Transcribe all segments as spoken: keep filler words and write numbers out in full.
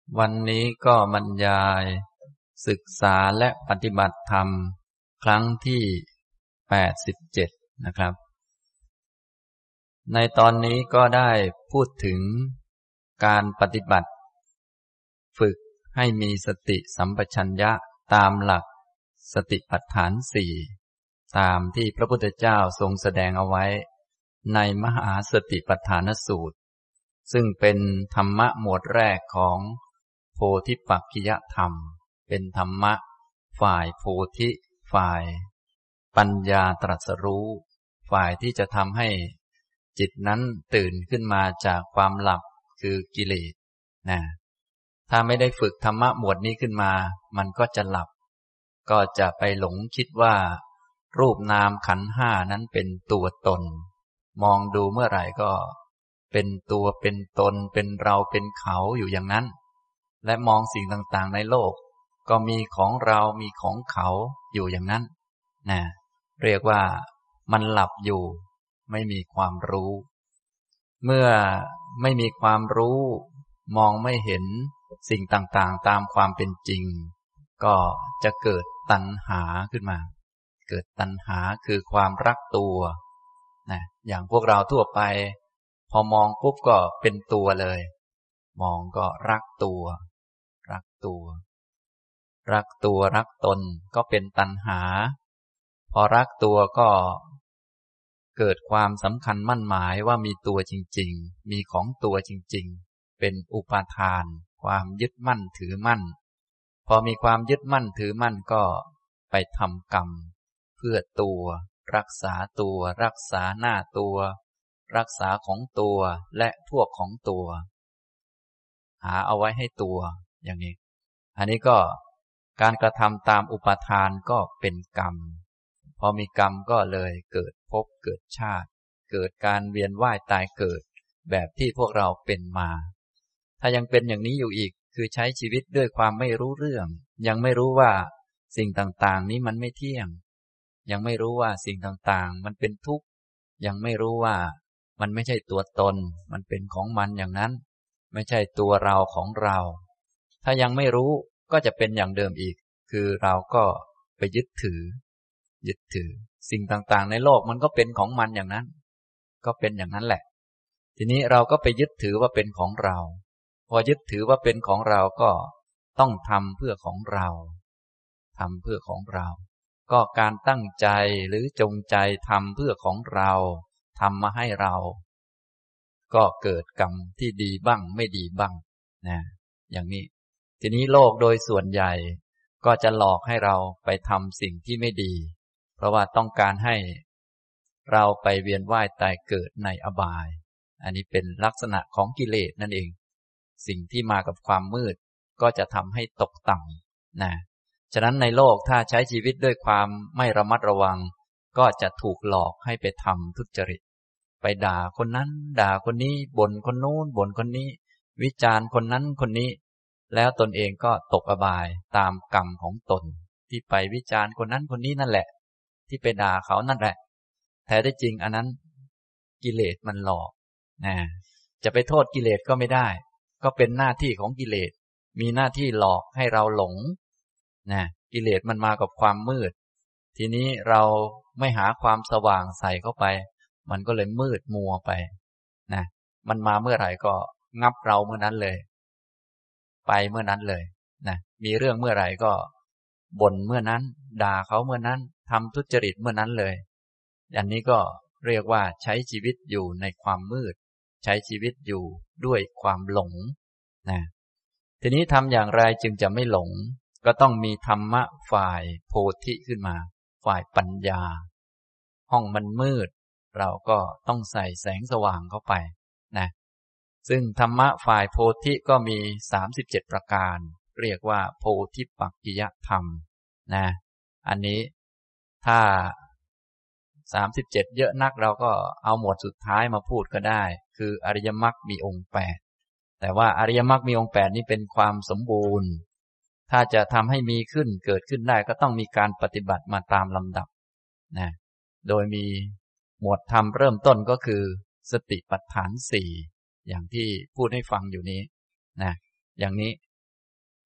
วันนี้ก็บรรยายศึกษาและปฏิบัติธรรมครั้งที่แปดสิบเจ็ดนะครับในตอนนี้ก็ได้พูดถึงการปฏิบัติฝึกให้มีสติสัมปชัญญะตามหลักสติปัฏฐานสี่ตามที่พระพุทธเจ้าทรงแสดงเอาไว้ในมหาสติปัฏฐานสูตรซึ่งเป็นธรรมะหมวดแรกของโพธิปักขิยธรรมเป็นธรรมะฝ่ายโพธิฝ่ายปัญญาตรัสรู้ฝ่ายที่จะทำให้จิตนั้นตื่นขึ้นมาจากความหลับคือกิเลสนะถ้าไม่ได้ฝึกธรรมะหมวดนี้ขึ้นมามันก็จะหลับก็จะไปหลงคิดว่ารูปนามขันธ์ห้านั้นเป็นตัวตนมองดูเมื่อไหร่ก็เป็นตัวเป็นตนเป็นเราเป็นเขาอยู่อย่างนั้นและมองสิ่งต่างๆในโลกก็มีของเรามีของเขาอยู่อย่างนั้นนะเรียกว่ามันหลับอยู่ไม่มีความรู้เมื่อไม่มีความรู้มองไม่เห็นสิ่งต่างๆตามความเป็นจริงก็จะเกิดตัณหาขึ้นมาเกิดตัณหาคือความรักตัวนะอย่างพวกเราทั่วไปพอมองปุ๊บก็เป็นตัวเลยมองก็รักตัวรักตัวรักตัวรักตนก็เป็นตัณหาพอรักตัวก็เกิดความสำคัญมั่นหมายว่ามีตัวจริงๆมีของตัวจริงๆเป็นอุปาทานความยึดมั่นถือมั่นพอมีความยึดมั่นถือมั่นก็ไปทำกรรมเพื่อตัวรักษาตัวรักษาหน้าตัวรักษาของตัวและพวกของตัวหาเอาไว้ให้ตัวอย่างนี้อันนี้ก็การกระทำตามอุปาทานก็เป็นกรรมพอมีกรรมก็เลยเกิดภพเกิดชาติเกิดการเวียนว่ายตายเกิดแบบที่พวกเราเป็นมาถ้ายังเป็นอย่างนี้อยู่อีกคือใช้ชีวิตด้วยความไม่รู้เรื่องยังไม่รู้ว่าสิ่งต่างๆนี้มันไม่เที่ยงยังไม่รู้ว่าสิ่งต่างๆมันเป็นทุกข์ยังไม่รู้ว่ามันไม่ใช่ตัวตนมันเป็นของมันอย่างนั้นไม่ใช่ตัวเราของเราถ้ายังไม่รู้ก็จะเป็นอย่างเดิมอีกคือเราก็ไปยึดถือยึดถือสิ่งต่างๆในโลกมันก็เป็นของมันอย่างนั้นก็เป็นอย่างนั้นแหละทีนี้เราก็ไปยึดถือว่าเป็นของเราพอยึดถือว่าเป็นของเราก็ต้องทำเพื่อของเราทำเพื่อของเราก็การตั้งใจหรือจงใจทำเพื่อของเราทำมาให้เราก็เกิดกรรมที่ดีบ้างไม่ดีบ้างนะอย่างนี้ทีนี้โลกโดยส่วนใหญ่ก็จะหลอกให้เราไปทำสิ่งที่ไม่ดีเพราะว่าต้องการให้เราไปเวียนว่ายตายเกิดในอบายอันนี้เป็นลักษณะของกิเลสนั่นเองสิ่งที่มากับความมืดก็จะทำให้ตกต่ำนะฉะนั้นในโลกถ้าใช้ชีวิตด้วยความไม่ระมัดระวังก็จะถูกหลอกให้ไปทำทุจริตไปด่าคนนั้นด่าคนนี้บ่นคนโน้นบ่นคนนี้วิจารณ์คนนั้นคนนี้แล้วตนเองก็ตกอบายตามกรรมของตนที่ไปวิจารณ์คนนั้นคนนี้นั่นแหละที่ไปด่าเขานั่นแหละแท้ที่จริงอันนั้นกิเลสมันหลอกนะจะไปโทษกิเลสก็ไม่ได้ก็เป็นหน้าที่ของกิเลสมีหน้าที่หลอกให้เราหลงนะกิเลสมันมากับความมืดทีนี้เราไม่หาความสว่างใส่เข้าไปมันก็เลยมืดมัวไปนะมันมาเมื่อไหร่ก็งับเราเมื่อนั้นเลยไปเมื่อนั้นเลยนะมีเรื่องเมื่อไหร่ก็บ่นเมื่อนั้นด่าเขาเมื่อนั้นทำทุจริตเมื่อนั้นเลยอันนี้ก็เรียกว่าใช้ชีวิตอยู่ในความมืดใช้ชีวิตอยู่ด้วยความหลงนะทีนี้ทำอย่างไรจึงจะไม่หลงก็ต้องมีธรรมะฝ่ายโพธิขึ้นมาฝ่ายปัญญาห้องมันมืดเราก็ต้องใส่แสงสว่างเข้าไปนะซึ่งธรรมะฝ่ายโพธิก็มีสามสิบเจ็ดประการเรียกว่าโพธิปักขิยธรรมนะอันนี้ถ้าสามสิบเจ็ดเยอะนักเราก็เอาหมวดสุดท้ายมาพูดก็ได้คืออริยมรรคมีองค์แปดแต่ว่าอริยมรรคมีองค์แปดนี้เป็นความสมบูรณ์ถ้าจะทำให้มีขึ้นเกิดขึ้นได้ก็ต้องมีการปฏิบัติมาตามลำดับนะโดยมีหมวดธรรมเริ่มต้นก็คือสติปัฏฐานสี่อย่างที่พูดให้ฟังอยู่นี้นะอย่างนี้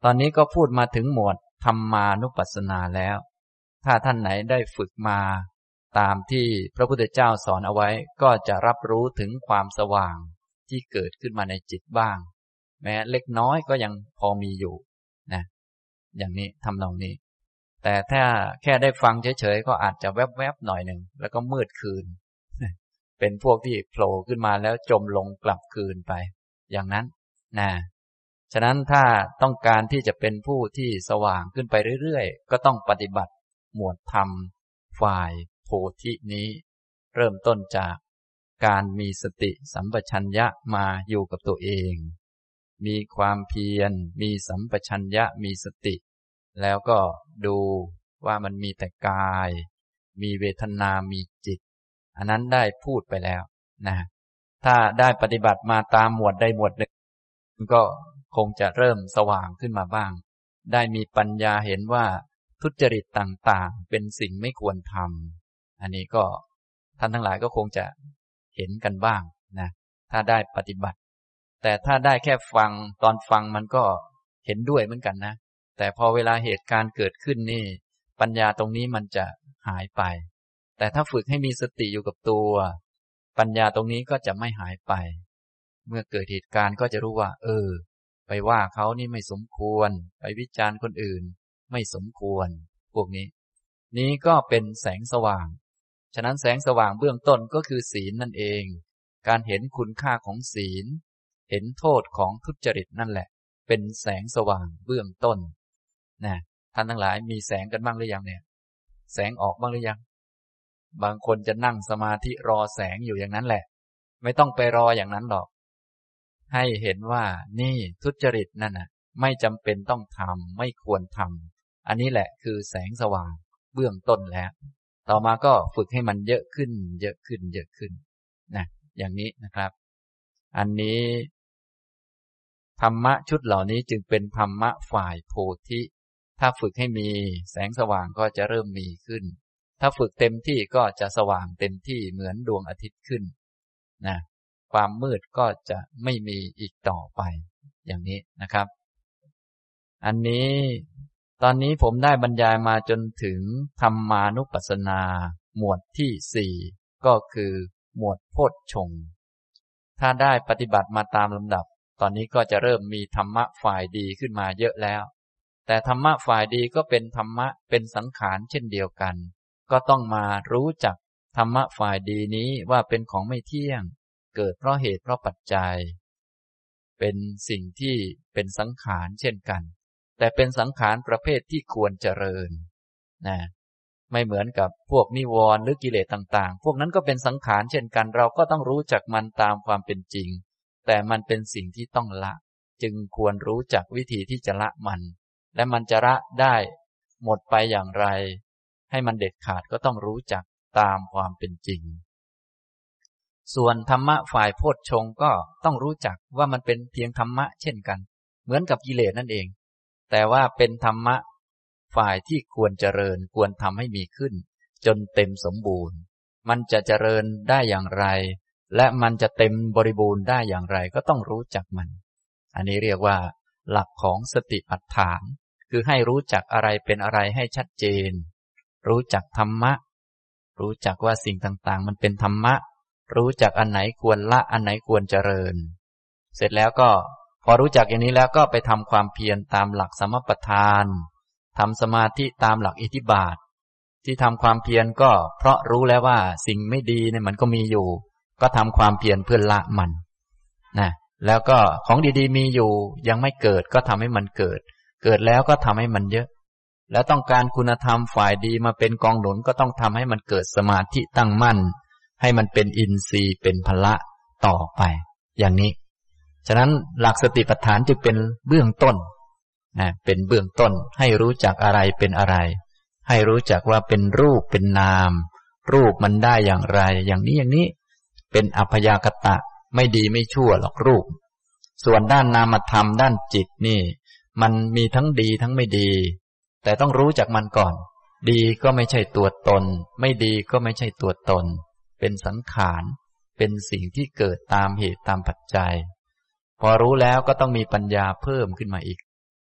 ตอนนี้ก็พูดมาถึงหมวดธรรมานุปัสสนาแล้วถ้าท่านไหนได้ฝึกมาตามที่พระพุทธเจ้าสอนเอาไว้ก็จะรับรู้ถึงความสว่างที่เกิดขึ้นมาในจิตบ้างแม้เล็กน้อยก็ยังพอมีอยู่นะอย่างนี้ทำนองนี้แต่ถ้าแค่ได้ฟังเฉยๆก็อาจจะแวบๆหน่อยหนึ่งแล้วก็มืดคืนเป็นพวกที่โผล่ขึ้นมาแล้วจมลงกลับคืนไปอย่างนั้นนะฉะนั้นถ้าต้องการที่จะเป็นผู้ที่สว่างขึ้นไปเรื่อยๆก็ต้องปฏิบัติหมวดธรรมฝ่ายโพธินี้เริ่มต้นจากการมีสติสัมปชัญญะมาอยู่กับตัวเองมีความเพียรมีสัมปชัญญะมีสติแล้วก็ดูว่ามันมีแต่กายมีเวทนามีจิตอันนั้นได้พูดไปแล้วนะถ้าได้ปฏิบัติมาตามหมวดใดหมวดหนึ่งก็คงจะเริ่มสว่างขึ้นมาบ้างได้มีปัญญาเห็นว่าทุจริตต่างๆเป็นสิ่งไม่ควรทำอันนี้ก็ท่านทั้งหลายก็คงจะเห็นกันบ้างนะถ้าได้ปฏิบัติแต่ถ้าได้แค่ฟังตอนฟังมันก็เห็นด้วยเหมือนกันนะแต่พอเวลาเหตุการณ์เกิดขึ้นนี่ปัญญาตรงนี้มันจะหายไปแต่ถ้าฝึกให้มีสติอยู่กับตัวปัญญาตรงนี้ก็จะไม่หายไปเมื่อเกิดเหตุการณ์ก็จะรู้ว่าเออไปว่าเขานี่ไม่สมควรไปวิจารณ์คนอื่นไม่สมควรพวกนี้นี้ก็เป็นแสงสว่างฉะนั้นแสงสว่างเบื้องต้นก็คือศีลนั่นเองการเห็นคุณค่าของศีลเห็นโทษของทุจริตนั่นแหละเป็นแสงสว่างเบื้องต้นนะท่านทั้งหลายมีแสงกันบ้างหรือยังเนี่ยแสงออกบ้างหรือยังบางคนจะนั่งสมาธิรอแสงอยู่อย่างนั้นแหละไม่ต้องไปรออย่างนั้นหรอกให้เห็นว่านี่ทุจริตนั่นน่ะไม่จำเป็นต้องทำไม่ควรทำอันนี้แหละคือแสงสว่างเบื้องต้นแล้วต่อมาก็ฝึกให้มันเยอะขึ้นเยอะขึ้นเยอะขึ้นนะอย่างนี้นะครับอันนี้ธรรมะชุดเหล่านี้จึงเป็นธรรมะฝ่ายโพธิถ้าฝึกให้มีแสงสว่างก็จะเริ่มมีขึ้นถ้าฝึกเต็มที่ก็จะสว่างเต็มที่เหมือนดวงอาทิตย์ขึ้นนะความมืดก็จะไม่มีอีกต่อไปอย่างนี้นะครับอันนี้ตอนนี้ผมได้บรรยายมาจนถึงธรรมานุปัสสนาหมวดที่สี่ก็คือหมวดโพชฌงค์ถ้าได้ปฏิบัติมาตามลำดับตอนนี้ก็จะเริ่มมีธรรมะฝ่ายดีขึ้นมาเยอะแล้วแต่ธรรมะฝ่ายดีก็เป็นธรรมะเป็นสังขารเช่นเดียวกันก็ต้องมารู้จักธรรมะฝ่ายดีนี้ว่าเป็นของไม่เที่ยงเกิดเพราะเหตุเพราะปัจจัยเป็นสิ่งที่เป็นสังขารเช่นกันแต่เป็นสังขารประเภทที่ควรเจริญนะไม่เหมือนกับพวกนิวรณ์หรือกิเลสต่างๆพวกนั้นก็เป็นสังขารเช่นกันเราก็ต้องรู้จักมันตามความเป็นจริงแต่มันเป็นสิ่งที่ต้องละจึงควรรู้จักวิธีที่จะละมันและมันจะละได้หมดไปอย่างไรให้มันเด็ดขาดก็ต้องรู้จักตามความเป็นจริงส่วนธรรมะฝ่ายโพชฌงค์ก็ต้องรู้จักว่ามันเป็นเพียงธรรมะเช่นกันเหมือนกับกิเลสนั่นเองแต่ว่าเป็นธรรมะฝ่ายที่ควรเจริญควรทำให้มีขึ้นจนเต็มสมบูรณ์มันจะเจริญได้อย่างไรและมันจะเต็มบริบูรณ์ได้อย่างไรก็ต้องรู้จักมันอันนี้เรียกว่าหลักของสติปัฏฐานคือให้รู้จักอะไรเป็นอะไรให้ชัดเจนรู้จักธรรมะรู้จักว่าสิ่งต่างๆมันเป็นธรรมะรู้จักอันไหนควรละอันไหนควรเจริญเสร็จแล้วก็พอรู้จักอย่างนี้แล้วก็ไปทำความเพียรตามหลักสมปัฏฐานทำสมาธิตามหลักอิทธิบาทที่ทำความเพียรก็เพราะรู้แล้วว่าสิ่งไม่ดีเนี่ยมันก็มีอยู่ก็ทำความเพียรเพื่อละมันนะแล้วก็ของดีๆมีอยู่ยังไม่เกิดก็ทำให้มันเกิดเกิดแล้วก็ทำให้มันเยอะแล้วต้องการคุณธรรมฝ่ายดีมาเป็นกองหนุนก็ต้องทำให้มันเกิดสมาธิตั้งมั่นให้มันเป็นอินทรีย์เป็นพละต่อไปอย่างนี้ฉะนั้นหลักสติปัฏฐานจึงเป็นเบื้องต้นนะเป็นเบื้องต้นให้รู้จักอะไรเป็นอะไรให้รู้จักว่าเป็นรูปเป็นนามรูปมันได้อย่างไรอย่างนี้อย่างนี้เป็นอัพยากตะไม่ดีไม่ชั่วหรอกรูปส่วนด้านนามธรรมด้านจิตนี่มันมีทั้งดีทั้งไม่ดีแต่ต้องรู้จักมันก่อนดีก็ไม่ใช่ตัวตนไม่ดีก็ไม่ใช่ตัวตนเป็นสังขารเป็นสิ่งที่เกิดตามเหตุตามปัจจัยพอรู้แล้วก็ต้องมีปัญญาเพิ่มขึ้นมาอีก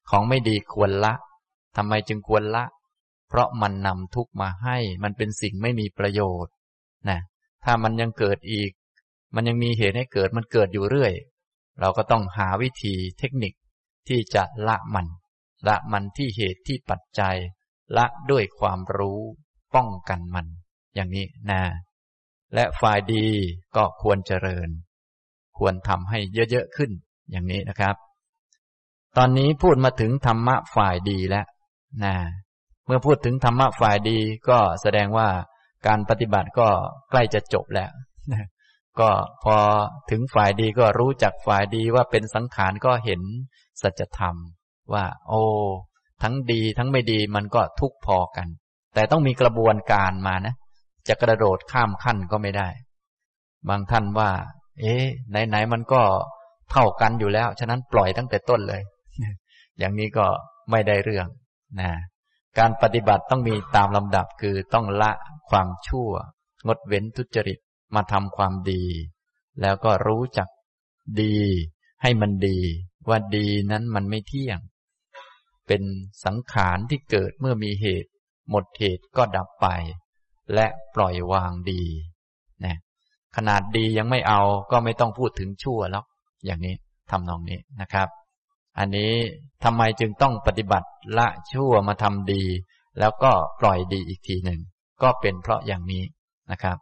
ของไม่ดีควรละทำไมจึงควรละเพราะมันนำทุกข์มาให้มันเป็นสิ่งไม่มีประโยชน์นะถ้ามันยังเกิดอีกมันยังมีเหตุให้เกิดมันเกิดอยู่เรื่อยเราก็ต้องหาวิธีเทคนิคที่จะละมันละมันที่เหตุที่ปัจจัยละด้วยความรู้ป้องกันมันอย่างนี้นะและฝ่ายดีก็ควรเจริญควรทำให้เยอะๆขึ้นอย่างนี้นะครับตอนนี้พูดมาถึงธรรมะฝ่ายดีแล้วนะเมื่อพูดถึงธรรมะฝ่ายดีก็แสดงว่าการปฏิบัติก็ใกล้จะจบแล้วนะก็พอถึงฝ่ายดีก็รู้จักฝ่ายดีว่าเป็นสังขารก็เห็นสัจธรรมว่าโอ้ทั้งดีทั้งไม่ดีมันก็ทุกข์พอกันแต่ต้องมีกระบวนการมานะจะกระโดดข้ามขั้นก็ไม่ได้บางท่านว่าเอ๊ะไหนๆมันก็เท่ากันอยู่แล้วฉะนั้นปล่อยตั้งแต่ต้นเลยอย่างนี้ก็ไม่ได้เรื่องนะการปฏิบัติต้องมีตามลำดับคือต้องละความชั่วงดเว้นทุจริตมาทำความดีแล้วก็รู้จักดีให้มันดีว่าดีนั้นมันไม่เที่ยงเป็นสังขารที่เกิดเมื่อมีเหตุหมดเหตุก็ดับไปและปล่อยวางดีนะขนาดดียังไม่เอาก็ไม่ต้องพูดถึงชั่วแล้วอย่างนี้ทำนองนี้นะครับอันนี้ทำไมจึงต้องปฏิบัติละชั่วมาทำดีแล้วก็ปล่อยดีอีกทีหนึ่งก็เป็นเพราะอย่างนี้นะครับ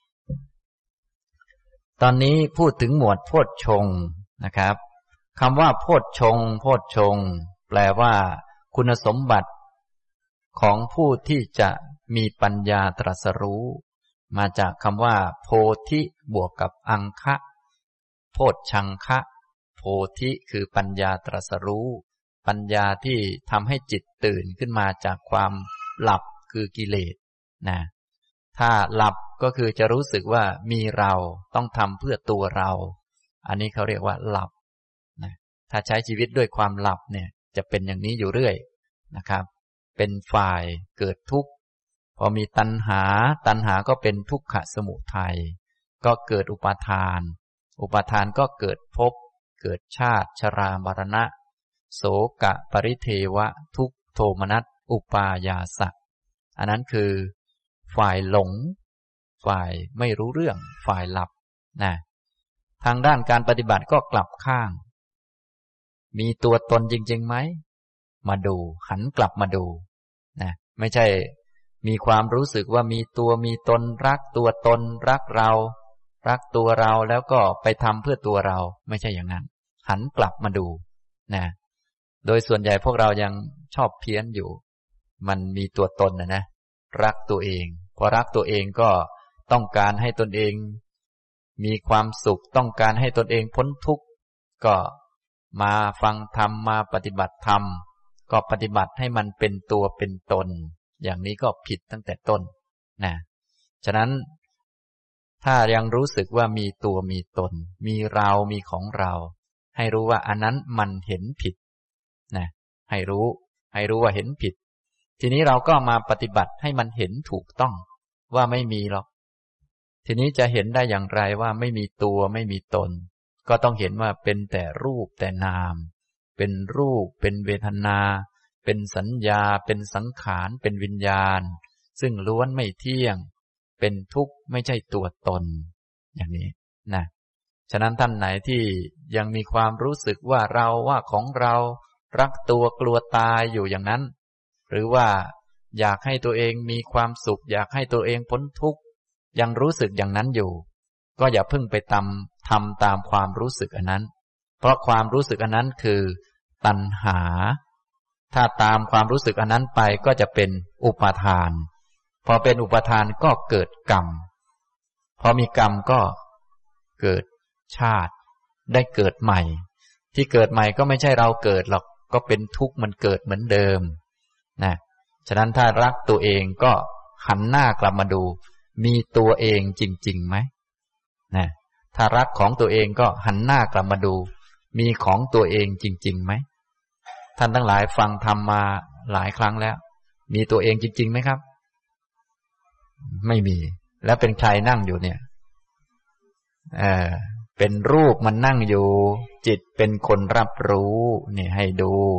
ตอนนี้พูดถึงหมวดโพชฌงค์นะครับคำว่าโพชฌงค์โพชฌงค์แปลว่าคุณสมบัติของผู้ที่จะมีปัญญาตรัสรู้มาจากคำว่าโพธิบวกกับอังคะโพชฌังคะโพธิคือปัญญาตรัสรู้ปัญญาที่ทำให้จิตตื่นขึ้นมาจากความหลับคือกิเลสนะถ้าหลับก็คือจะรู้สึกว่ามีเราต้องทำเพื่อตัวเราอันนี้เขาเรียกว่าหลับนะถ้าใช้ชีวิตด้วยความหลับเนี่ยจะเป็นอย่างนี้อยู่เรื่อยนะครับเป็นฝ่ายเกิดทุกข์พอมีตัณหาตัณหาก็เป็นทุกขสมุทัยก็เกิดอุปาทานอุปาทานก็เกิดภพเกิดชาติชรามรณะโสกะปริเทวะทุกขโทมนัสอุปายาสะอันนั้นคือฝ่ายหลงฝ่ายไม่รู้เรื่องฝ่ายหลับนะทางด้านการปฏิบัติก็กลับข้างมีตัวตนจริงๆไหมมาดูหันกลับมาดูนะไม่ใช่มีความรู้สึกว่ามีตัวมีตนรักตัวตนรักเรารักตัวเราแล้วก็ไปทำเพื่อตัวเราไม่ใช่อย่างนั้นหันกลับมาดูนะโดยส่วนใหญ่พวกเรายังชอบเพี้ยนอยู่มันมีตัวตนนะนะรักตัวเองพอรักตัวเองก็ต้องการให้ตนเองมีความสุขต้องการให้ตนเองพ้นทุกข์ก็มาฟังธรรมมาปฏิบัติธรรมก็ปฏิบัติให้มันเป็นตัวเป็นตนอย่างนี้ก็ผิดตั้งแต่ต้นนะฉะนั้นถ้ายังรู้สึกว่ามีตัวมีตนมีเรามีของเราให้รู้ว่าอันนั้นมันเห็นผิดนะให้รู้ให้รู้ว่าเห็นผิดทีนี้เราก็มาปฏิบัติให้มันเห็นถูกต้องว่าไม่มีหรอกทีนี้จะเห็นได้อย่างไรว่าไม่มีตัวไม่มีตนก็ต้องเห็นว่าเป็นแต่รูปแต่นามเป็นรูปเป็นเวทนาเป็นสัญญาเป็นสังขารเป็นวิญญาณซึ่งล้วนไม่เที่ยงเป็นทุกข์ไม่ใช่ตัวตนอย่างนี้นะฉะนั้นท่านไหนที่ยังมีความรู้สึกว่าเราว่าของเรารักตัวกลัวตายอยู่อย่างนั้นหรือว่าอยากให้ตัวเองมีความสุขอยากให้ตัวเองพ้นทุกข์ยังรู้สึกอย่างนั้นอยู่ก็อย่าเพิ่งไปทำทำตามความรู้สึกอันนั้นเพราะความรู้สึกอันนั้นคือตัณหาถ้าตามความรู้สึกอันนั้นไปก็จะเป็นอุปาทานพอเป็นอุปาทานก็เกิดกรรมพอมีกรรมก็เกิดชาติได้เกิดใหม่ที่เกิดใหม่ก็ไม่ใช่เราเกิดหรอกก็เป็นทุกข์มันเกิดเหมือนเดิมนะฉะนั้นถ้ารักตัวเองก็หันหน้ากลับมาดูมีตัวเองจริงๆไหมนะถ้ารักของตัวเองก็หันหน้ากลับมาดูมีของตัวเองจริงๆไหมท่านทั้งหลายฟังธรรมมาหลายครั้งแล้วมีตัวเองจริงๆไหมครับไม่มีแล้วเป็นใครนั่งอยู่เนี่ยเออเป็นรูปมันนั่งอยู่จิตเป็นคนรับรู้นี่ให้ดู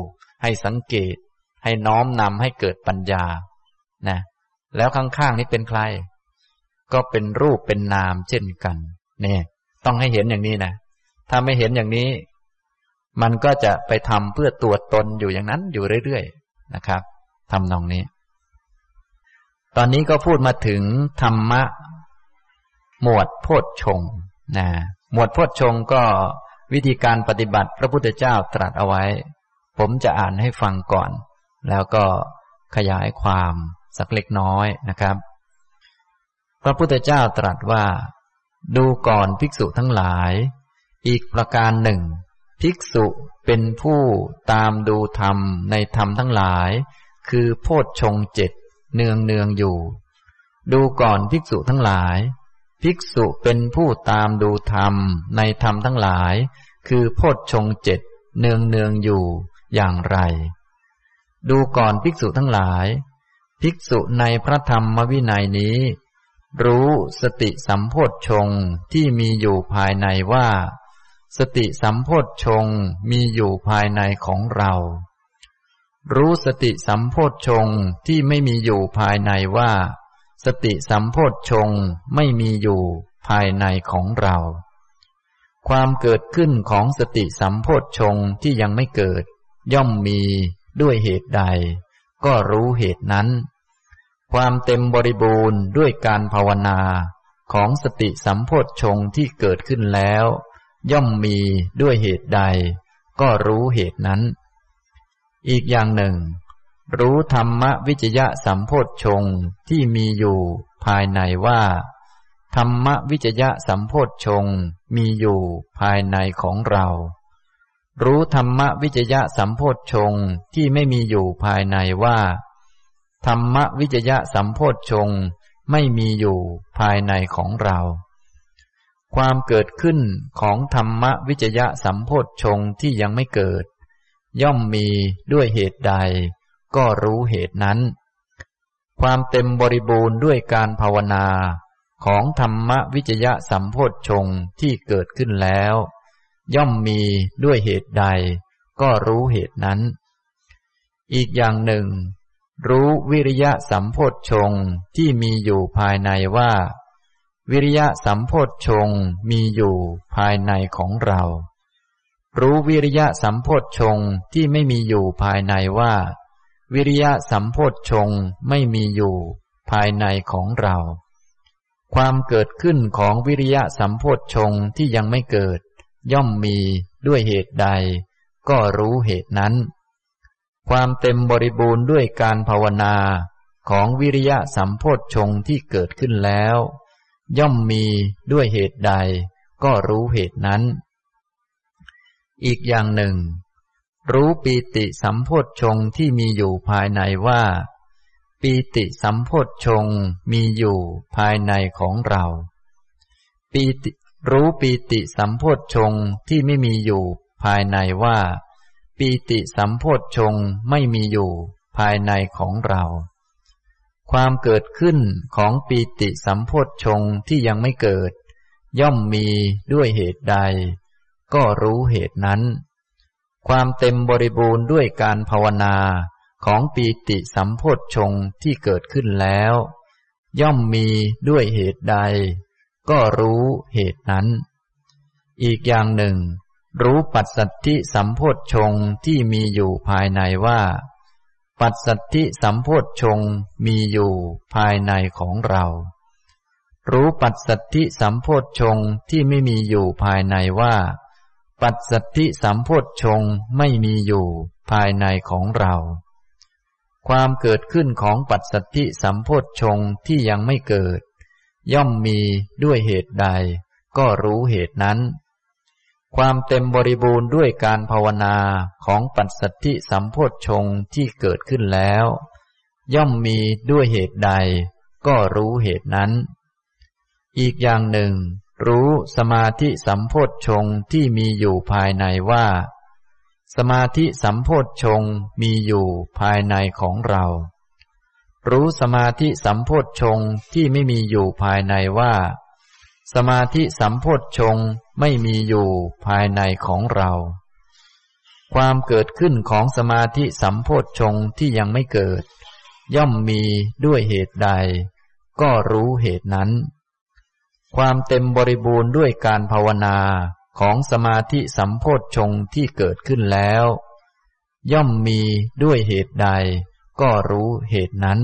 ให้สังเกตให้น้อมนำให้เกิดปัญญานะแล้วข้างๆนี้เป็นใครก็เป็นรูปเป็นนามเช่นกันเนี่ยต้องให้เห็นอย่างนี้นะถ้าไม่เห็นอย่างนี้มันก็จะไปทำเพื่อตัวตนอยู่อย่างนั้นอยู่เรื่อยๆนะครับทำนองนี้ตอนนี้ก็พูดมาถึงธรรมะหมวดโพชฌงค์นะหมวดโพชฌงค์ก็วิธีการปฏิบัติพระพุทธเจ้าตรัสเอาไว้ผมจะอ่านให้ฟังก่อนแล้วก็ขยายความสักเล็กน้อยนะครับพระพุทธเจ้าตรัสว่าดูก่อนภิกษุทั้งหลายอีกประการหนึ่งภิกษุเป็นผู้ตามดูธรรมในธรรมทั้งหลายคือโพชฌงค์เจ็ดเนืองเนืองอยู่ดูก่อนภิกษุทั้งหลายภิกษุเป็นผู้ตามดูธรรมในธรรมทั้งหลายคือโพชฌงค์เจ็ดเนืองเนืองอยู่อย่างไรดูก่อนภิกษุทั้งหลายภิกษุในพระธรรมวินัยนี้รู้สติสัมโพชฌงค์ที่มีอยู่ภายในว่าสติสัมโพชฌงค์มีอยู่ภายในของเรารู้สติสัมโพชฌงค์ที่ไม่มีอยู่ภายในว่าสติสัมโพชฌงค์ไม่มีอยู่ภายในของเราความเกิดขึ้นของสติสัมโพชฌงค์ที่ยังไม่เกิดย่อมมีด้วยเหตุใดก็รู้เหตุนั้นความเต็มบริบูรณ์ด้วยการภาวนาของสติสัมโพชฌงค์ที่เกิดขึ้นแล้วย่อมมีด้วยเหตุใดก็รู้เหตุนั้นอีกอย่างหนึ่งรู้ธรรมวิจยะสัมโพชฌงค์ที่มีอยู่ภายในว่าธรรมวิจยะสัมโพชฌงค์มีอยู่ภายในของเรารู้ธรรมวิจยะสัมโพชฌงค์ที่ไม่มีอยู่ภายในว่าธรรมวิจยะสัมโพชฌงค์ไม่มีอยู่ภายในของเราความเกิดขึ้นของธรรมวิจยะสัมโพชฌงค์ที่ยังไม่เกิดย่อมมีด้วยเหตุใดก็รู้เหตุนั้นความเต็มบริบูรณ์ด้วยการภาวนาของธรรมวิจยะสัมโพชฌงค์ที่เกิดขึ้นแล้วย่อมมีด้วยเหตุใดก็รู้เหตุนั้นอีกอย่างหนึ่งรู้วิริยะสัมโพชฌงค์ที่มีอยู่ภายในว่าวิริยะสัมโพชฌงค์มีอยู่ภายในของเรารู้วิริยะสัมโพชฌงค์ที่ไม่มีอยู่ภายในว่าวิริยะสัมโพชฌงค์ไม่มีอยู่ภายในของเราความเกิดขึ้นของวิริยะสัมโพชฌงค์ที่ยังไม่เกิดย่อมมีด้วยเหตุใดก็รู้เหตุนั้นความเต็มบริบูรณ์ด้วยการภาวนาของวิริยะสัมโพชฌงค์ที่เกิดขึ้นแล้วย่อมมีด้วยเหตุใดก็รู้เหตุนั้นอีกอย่างหนึ่งรู้ปีติสัมโพชฌงค์ที่มีอยู่ภายในว่าปีติสัมโพชฌงค์มีอยู่ภายในของเราปีติรู้ปีติสัมโพชฌงค์ที่ไม่มีอยู่ภายในว่าปีติสัมโพชฌงค์ไม่มีอยู่ภายในของเราความเกิดขึ้นของปีติสัมโพชฌงค์ที่ยังไม่เกิดย่อมมีด้วยเหตุใดก็รู้เหตุนั้นความเต็มบริบูรณ์ด้วยการภาวนาของปีติสัมโพชฌงค์ที่เกิดขึ้นแล้วย่อมมีด้วยเหตุใดก็รู้เหตุนั้นอีกอย่างหนึ่งรู้ปัสสัทธิสัมโพชฌงค์ที่มีอยู่ภายในว่าปัสสัทธิสัมโพชฌงค์มีอยู่ภายในของเรารู้ปัสสัทธิสัมโพชฌงค์ที่ไม่มีอยู่ภายในว่าปัสสัทธิสัมโพชฌงค์ไม่มีอยู่ภายในของเราความเกิดขึ้นของปัสสัทธิสัมโพชฌงค์ที่ยังไม่เกิดย่อมมีด้วยเหตุใดก็รู้เหตุนั้นความเต็มบริบูรณ์ด้วยการภาวนาของปัสสัทธิสัมโพชฌงค์ที่เกิดขึ้นแล้วย่อมมีด้วยเหตุใดก็รู้เหตุนั้นอีกอย่างหนึ่งรู้สมาธิสัมโพชฌงค์ที่มีอยู่ภายในว่าสมาธิสัมโพชฌงค์มีอยู่ภายในของเรารู้สมาธิสัมโพชฌงค์ที่ไม่มีอยู่ภายในว่าสมาธิสัมโพชฌงค์ไม่มีอยู่ภายในของเราความเกิดขึ้นของสมาธิสัมโพชฌงค์ที่ยังไม่เกิดย่อมมีด้วยเหตุใดก็รู้เหตุนั้นความเต็มบริบูรณ์ด้วยการภาวนาของสมาธิสัมโพชฌงค์ที่เกิดขึ้นแล้วย่อมมีด้วยเหตุใดก็รู้เหตุนั้น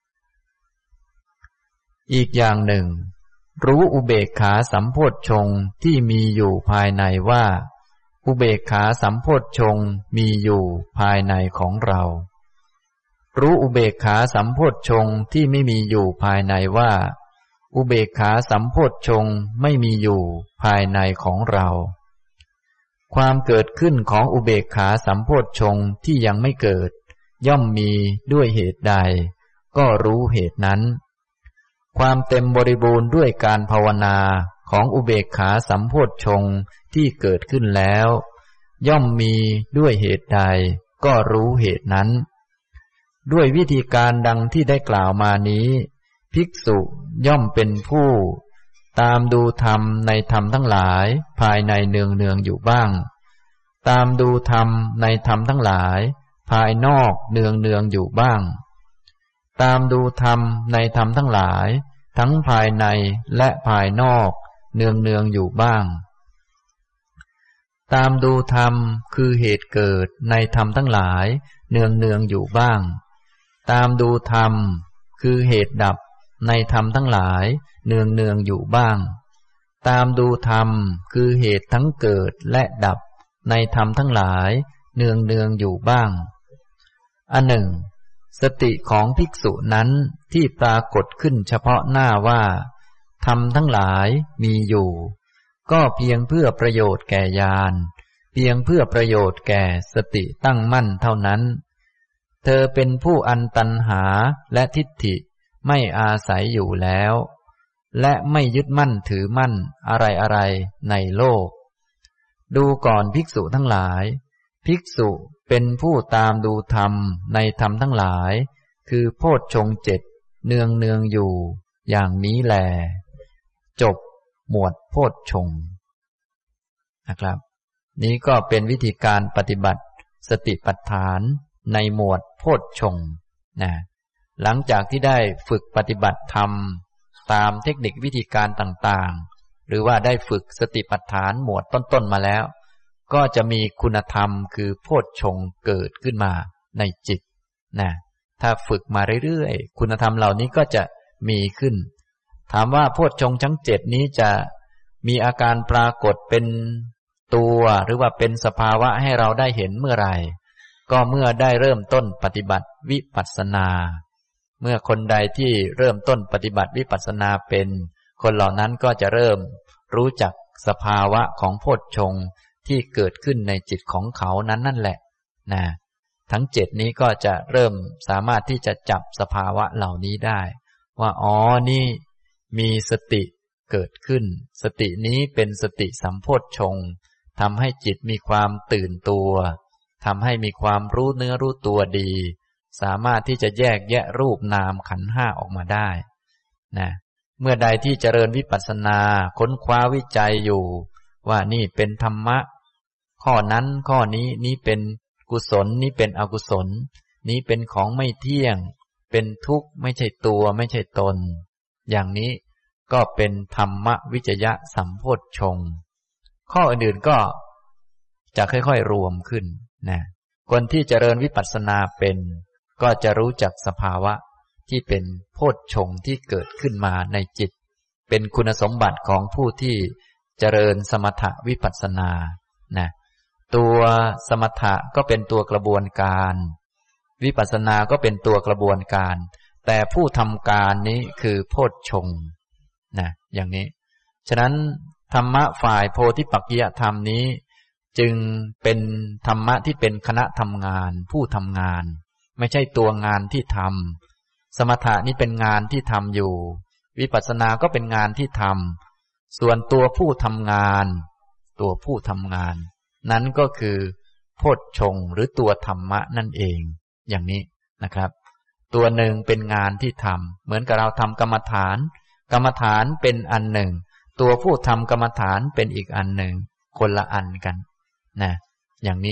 อีกอย่างหนึ่งรู้อุเบกขาสัมโพชฌงค์ที่มีอยู่ภายในว่าอุเบกขาสัมโพชฌงค์มีอยู่ภายในของเรารู้อุเบกขาสัมโพชฌงค์ที่ไม่มีอยู่ภายในว่าอุเบกขาสัมโพชฌงค์ไม่มีอยู่ภายในของเราความเกิดขึ้นของอุเบกขาสัมโพชฌงค์ที่ยังไม่เกิดย่อมมีด้วยเหตุใดก็รู้เหตุนั้นความเต็มบริบูรณ์ด้วยการภาวนาของอุเบกขาสัมโพชฌงค์ที่เกิดขึ้นแล้วย่อมมีด้วยเหตุใดก็รู้เหตุนั้นด้วยวิธีการดังที่ได้กล่าวมานี้ภิกษุย่อมเป็นผู้ตามดูธรรมในธรรมทั้งหลายภายในเนืองเนืองอยู่บ้างตามดูธรรมในธรรมทั้งหลายภายนอกเนืองเนืองอยู่บ้างตามดูธรรมในธรรมทั้งหลายทั้งภายในและภายนอกเนืองเนืองอยู่บ้างตามดูธรรมคือเหตุเกิดในธรรมทั้งหลายเนืองเนืองอยู่บ้างตามดูธรรมคือเหตุดับในธรรมทั้งหลายเนืองเนืองอยู่บ้างตามดูธรรมคือเหตุทั้งเกิดและดับในธรรมทั้งหลายเนืองเนืองอยู่บ้างอันหนึ่งสติของภิกษุนั้นที่ปรากฏขึ้นเฉพาะหน้าว่าธรรมทั้งหลายมีอยู่ก็เพียงเพื่อประโยชน์แก่ญาณเพียงเพื่อประโยชน์แก่สติตั้งมั่นเท่านั้นเธอเป็นผู้อันตัณหาและทิฏฐิไม่อาศัยอยู่แล้วและไม่ยึดมั่นถือมั่นอะไรอะไรในโลกดูก่อนภิกษุทั้งหลายภิกษุเป็นผู้ตามดูธรรมในธรรมทั้งหลายคือโพชฌงค์เจ็ดเนืองเนืองอยู่อย่างนี้แลจบหมวดโพชฌงค์นะครับนี้ก็เป็นวิธีการปฏิบัติสติปัฏฐานในหมวดโพชฌงค์นะหลังจากที่ได้ฝึกปฏิบัติธรรมตามเทคนิควิธีการต่างๆหรือว่าได้ฝึกสติปัฏฐานหมวดต้นๆมาแล้วก็จะมีคุณธรรมคือโพชฌงค์เกิดขึ้นมาในจิตนะถ้าฝึกมาเรื่อยๆคุณธรรมเหล่านี้ก็จะมีขึ้นถามว่าโพชฌงค์ทั้งเจ็ดนี้จะมีอาการปรากฏเป็นตัวหรือว่าเป็นสภาวะให้เราได้เห็นเมื่อไหร่ก็เมื่อได้เริ่มต้นปฏิบัติวิปัสสนาเมื่อคนใดที่เริ่มต้นปฏิบัติวิปัสสนาเป็นคนเหล่านั้นก็จะเริ่มรู้จักสภาวะของโพชฌงค์ที่เกิดขึ้นในจิตของเขานั้นนั่นแหละนะทั้งเจ็ดนี้ก็จะเริ่มสามารถที่จะจับสภาวะเหล่านี้ได้ว่าอ๋อนี่มีสติเกิดขึ้นสตินี้เป็นสติสัมโพชฌงค์ทำให้จิตมีความตื่นตัวทำให้มีความรู้เนื้อรู้ตัวดีสามารถที่จะแยกแยะรูปนามขันธ์ห้าออกมาได้นะเมื่อใดที่เจริญวิปัสสนาค้นคว้าวิจัยอยู่ว่านี่เป็นธรรมะข้อนั้นข้อนี้นี้เป็นกุศลนี้เป็นอกุศลนี้เป็นของไม่เที่ยงเป็นทุกข์ไม่ใช่ตัวไม่ใช่ตนอย่างนี้ก็เป็นธรรมวิจยะสัมโพชฌงค์ข้ออื่นๆก็จะค่อยๆรวมขึ้นนะคนที่เจริญวิปัสสนาเป็นก็จะรู้จักสภาวะที่เป็นโพชฌงค์ที่เกิดขึ้นมาในจิตเป็นคุณสมบัติของผู้ที่เจริญสมถวิปัสสนานะตัวสมถะก็เป็นตัวกระบวนการวิปัสสนาก็เป็นตัวกระบวนการแต่ผู้ทำการนี้คือโพชฌงค์นะอย่างนี้ฉะนั้นธรรมะฝ่ายโพธิปักขิยธรรมนี้จึงเป็นธรรมะที่เป็นคณะทำงานผู้ทำงานไม่ใช่ตัวงานที่ทำสมถะนี้เป็นงานที่ทำอยู่วิปัสสนาก็เป็นงานที่ทำส่วนตัวผู้ทำงานตัวผู้ทำงานนั้นก็คือโพชฌงค์หรือตัวธรรมะนั่นเองอย่างนี้นะครับตัวหนึ่งเป็นงานที่ทำเหมือนกับเราทำกรรมฐานกรรมฐานเป็นอันหนึ่งตัวผู้ทำกรรมฐานเป็นอีกอันหนึ่งคนละอันกันนะอย่างนี้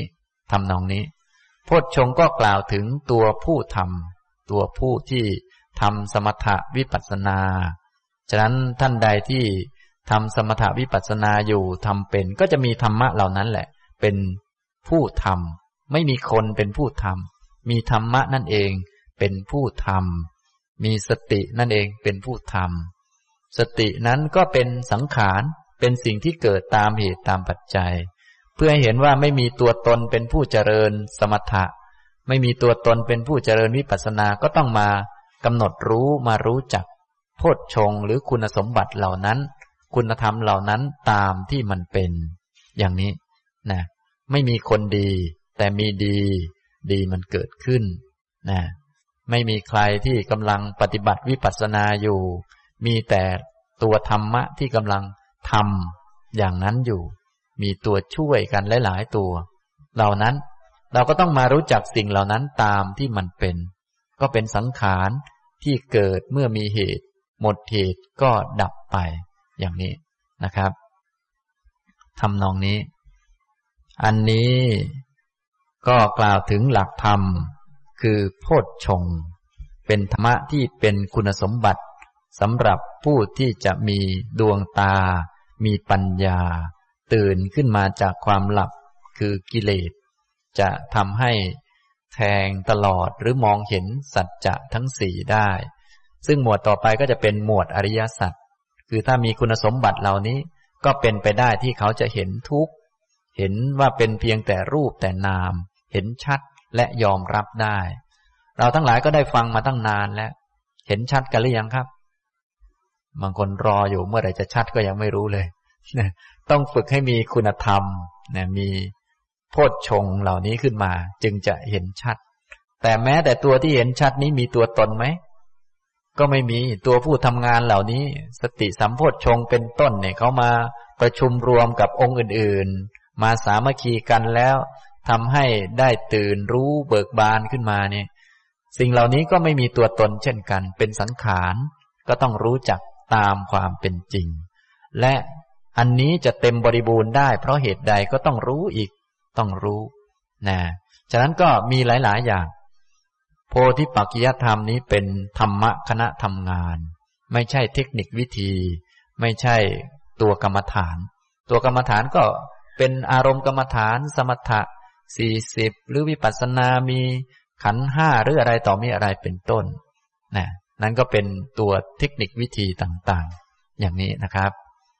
ทำนองนี้โพชฌงค์ก็กล่าวถึงตัวผู้ทำตัวผู้ที่ทำสมถะวิปัสสนาฉะนั้นท่านใดที่ทำสมถะวิปัสสนาอยู่ทำเป็นก็จะมีธรรมะเหล่านั้นแหละเป็นผู้ทำไม่มีคนเป็นผู้ทำมีธรรมะนั่นเองเป็นผู้ทำมีสตินั่นเองเป็นผู้ทำสตินั้นก็เป็นสังขารเป็นสิ่งที่เกิดตามเหตุตามปัจจัยเพื่อให้เห็นว่าไม่มีตัวตนเป็นผู้เจริญสมถะไม่มีตัวตนเป็นผู้เจริญวิปัสสนาก็ต้องมากำหนดรู้มารู้จักโพชฌงค์หรือคุณสมบัติเหล่านั้นคุณธรรมเหล่านั้นตามที่มันเป็นอย่างนี้นะไม่มีคนดีแต่มีดีดีมันเกิดขึ้นนะไม่มีใครที่กำลังปฏิบัติวิปัสสนาอยู่มีแต่ตัวธรรมะที่กำลังทำอย่างนั้นอยู่มีตัวช่วยกันหลายๆตัวเหล่านั้นเราก็ต้องมารู้จักสิ่งเหล่านั้นตามที่มันเป็นก็เป็นสังขารที่เกิดเมื่อมีเหตุหมดเหตุก็ดับไปอย่างนี้นะครับทำนองนี้อันนี้ก็กล่าวถึงหลักธรรมคือโพชฌงค์เป็นธรรมะที่เป็นคุณสมบัติสำหรับผู้ที่จะมีดวงตามีปัญญาตื่นขึ้นมาจากความหลับคือกิเลสจะทำให้แทงตลอดหรือมองเห็นสัจจะทั้งสี่ได้ซึ่งหมวดต่อไปก็จะเป็นหมวดอริยสัจคือถ้ามีคุณสมบัติเหล่านี้ก็เป็นไปได้ที่เขาจะเห็นทุกข์เห็นว่าเป็นเพียงแต่รูปแต่นามเห็นชัดและยอมรับได้เราทั้งหลายก็ได้ฟังมาตั้งนานแล้วเห็นชัดกันหรือยังครับบางคนรออยู่เมื่อไหร่จะชัดก็ยังไม่รู้เลยต้องฝึกให้มีคุณธรรมมีโพชฌงค์เหล่านี้ขึ้นมาจึงจะเห็นชัดแต่แม้แต่ตัวที่เห็นชัดนี้มีตัวตนไหมก็ไม่มีตัวผู้ทำงานเหล่านี้สติสัมโพชฌงค์เป็นต้นเนี่ยเขามาประชุมรวมกับองค์อื่นๆมาสามัคคีกันแล้วทำให้ได้ตื่นรู้เบิกบานขึ้นมาเนี่ยสิ่งเหล่านี้ก็ไม่มีตัวตนเช่นกันเป็นสังขารก็ต้องรู้จักตามความเป็นจริงและอันนี้จะเต็มบริบูรณ์ได้เพราะเหตุใดก็ต้องรู้อีกต้องรู้นะฉะนั้นก็มีหลายๆอย่างโพธิปักขิยธรรมนี้เป็นธรรมะคณะทำงานไม่ใช่เทคนิควิธีไม่ใช่ตัวกรรมฐานตัวกรรมฐานก็เป็นอารมณ์กรรมฐานสมถะสี่สิบหรือวิปัสสนามีขันธ์ห้าหรืออะไรต่อมีอะไรเป็นต้นนะนั่นก็เป็นตัวเทคนิควิธีต่างๆอย่างนี้นะครับ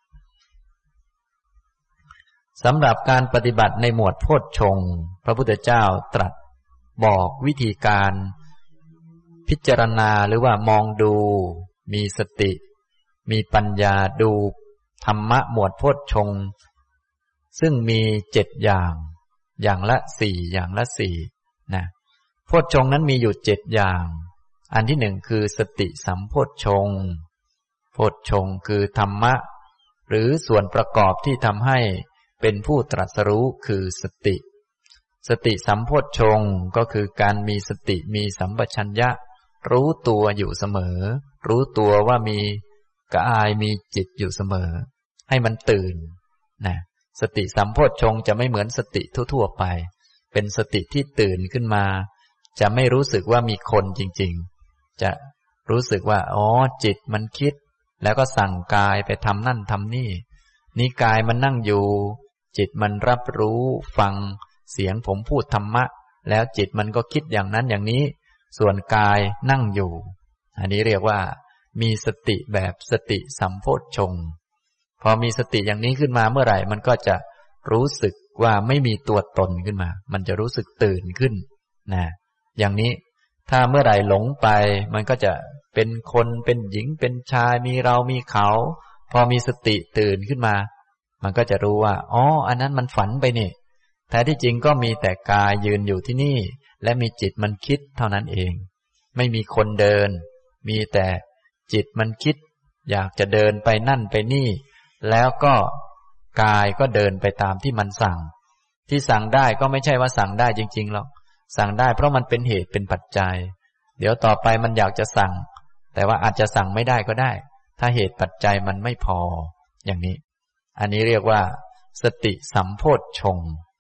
สำหรับการปฏิบัติในหมวดโพชฌงค์พระพุทธเจ้าตรัสบอกวิธีการพิจารณาหรือว่ามองดูมีสติมีปัญญาดูธรรมะหมวดโพชฌงค์ซึ่งมีเจ็ดอย่างอย่างละสี่อย่างละสี่นะโพชฌงค์นั้นมีอยู่เจ็ดอย่างอันที่หนึ่งคือสติสัมโพชฌงค์โพชฌงค์คือธรรมะหรือส่วนประกอบที่ทำให้เป็นผู้ตรัสรู้คือสติสติสัมโพชฌงค์ก็คือการมีสติมีสัมปชัญญะรู้ตัวอยู่เสมอรู้ตัวว่ามีกายมีจิตอยู่เสมอให้มันตื่นนะสติสัมโพชฌงค์จะไม่เหมือนสติทั่วๆไปเป็นสติที่ตื่นขึ้นมาจะไม่รู้สึกว่ามีคนจริงๆจะรู้สึกว่าอ๋อจิตมันคิดแล้วก็สั่งกายไปทำนั่นทำนี่นี่กายมันนั่งอยู่จิตมันรับรู้ฟังเสียงผมพูดธรรมะแล้วจิตมันก็คิดอย่างนั้นอย่างนี้ส่วนกายนั่งอยู่อันนี้เรียกว่ามีสติแบบสติสัมโพชฌงค์พอมีสติอย่างนี้ขึ้นมาเมื่อไหร่มันก็จะรู้สึกว่าไม่มีตัวตนขึ้นมามันจะรู้สึกตื่นขึ้นนะอย่างนี้ถ้าเมื่อไหร่หลงไปมันก็จะเป็นคนเป็นหญิงเป็นชายมีเรามีเขาพอมีสติตื่นขึ้นมามันก็จะรู้ว่าอ๋ออันนั้นมันฝันไปนี่แท้ที่จริงก็มีแต่กายยืนอยู่ที่นี่และมีจิตมันคิดเท่านั้นเองไม่มีคนเดินมีแต่จิตมันคิดอยากจะเดินไปนั่นไปนี่แล้วก็กายก็เดินไปตามที่มันสั่งที่สั่งได้ก็ไม่ใช่ว่าสั่งได้จริงๆหรอกสั่งได้เพราะมันเป็นเหตุเป็นปัจจัยเดี๋ยวต่อไปมันอยากจะสั่งแต่ว่าอาจจะสั่งไม่ได้ก็ได้ถ้าเหตุปัจจัยมันไม่พออย่างนี้อันนี้เรียกว่าสติสัมโพชฌงค์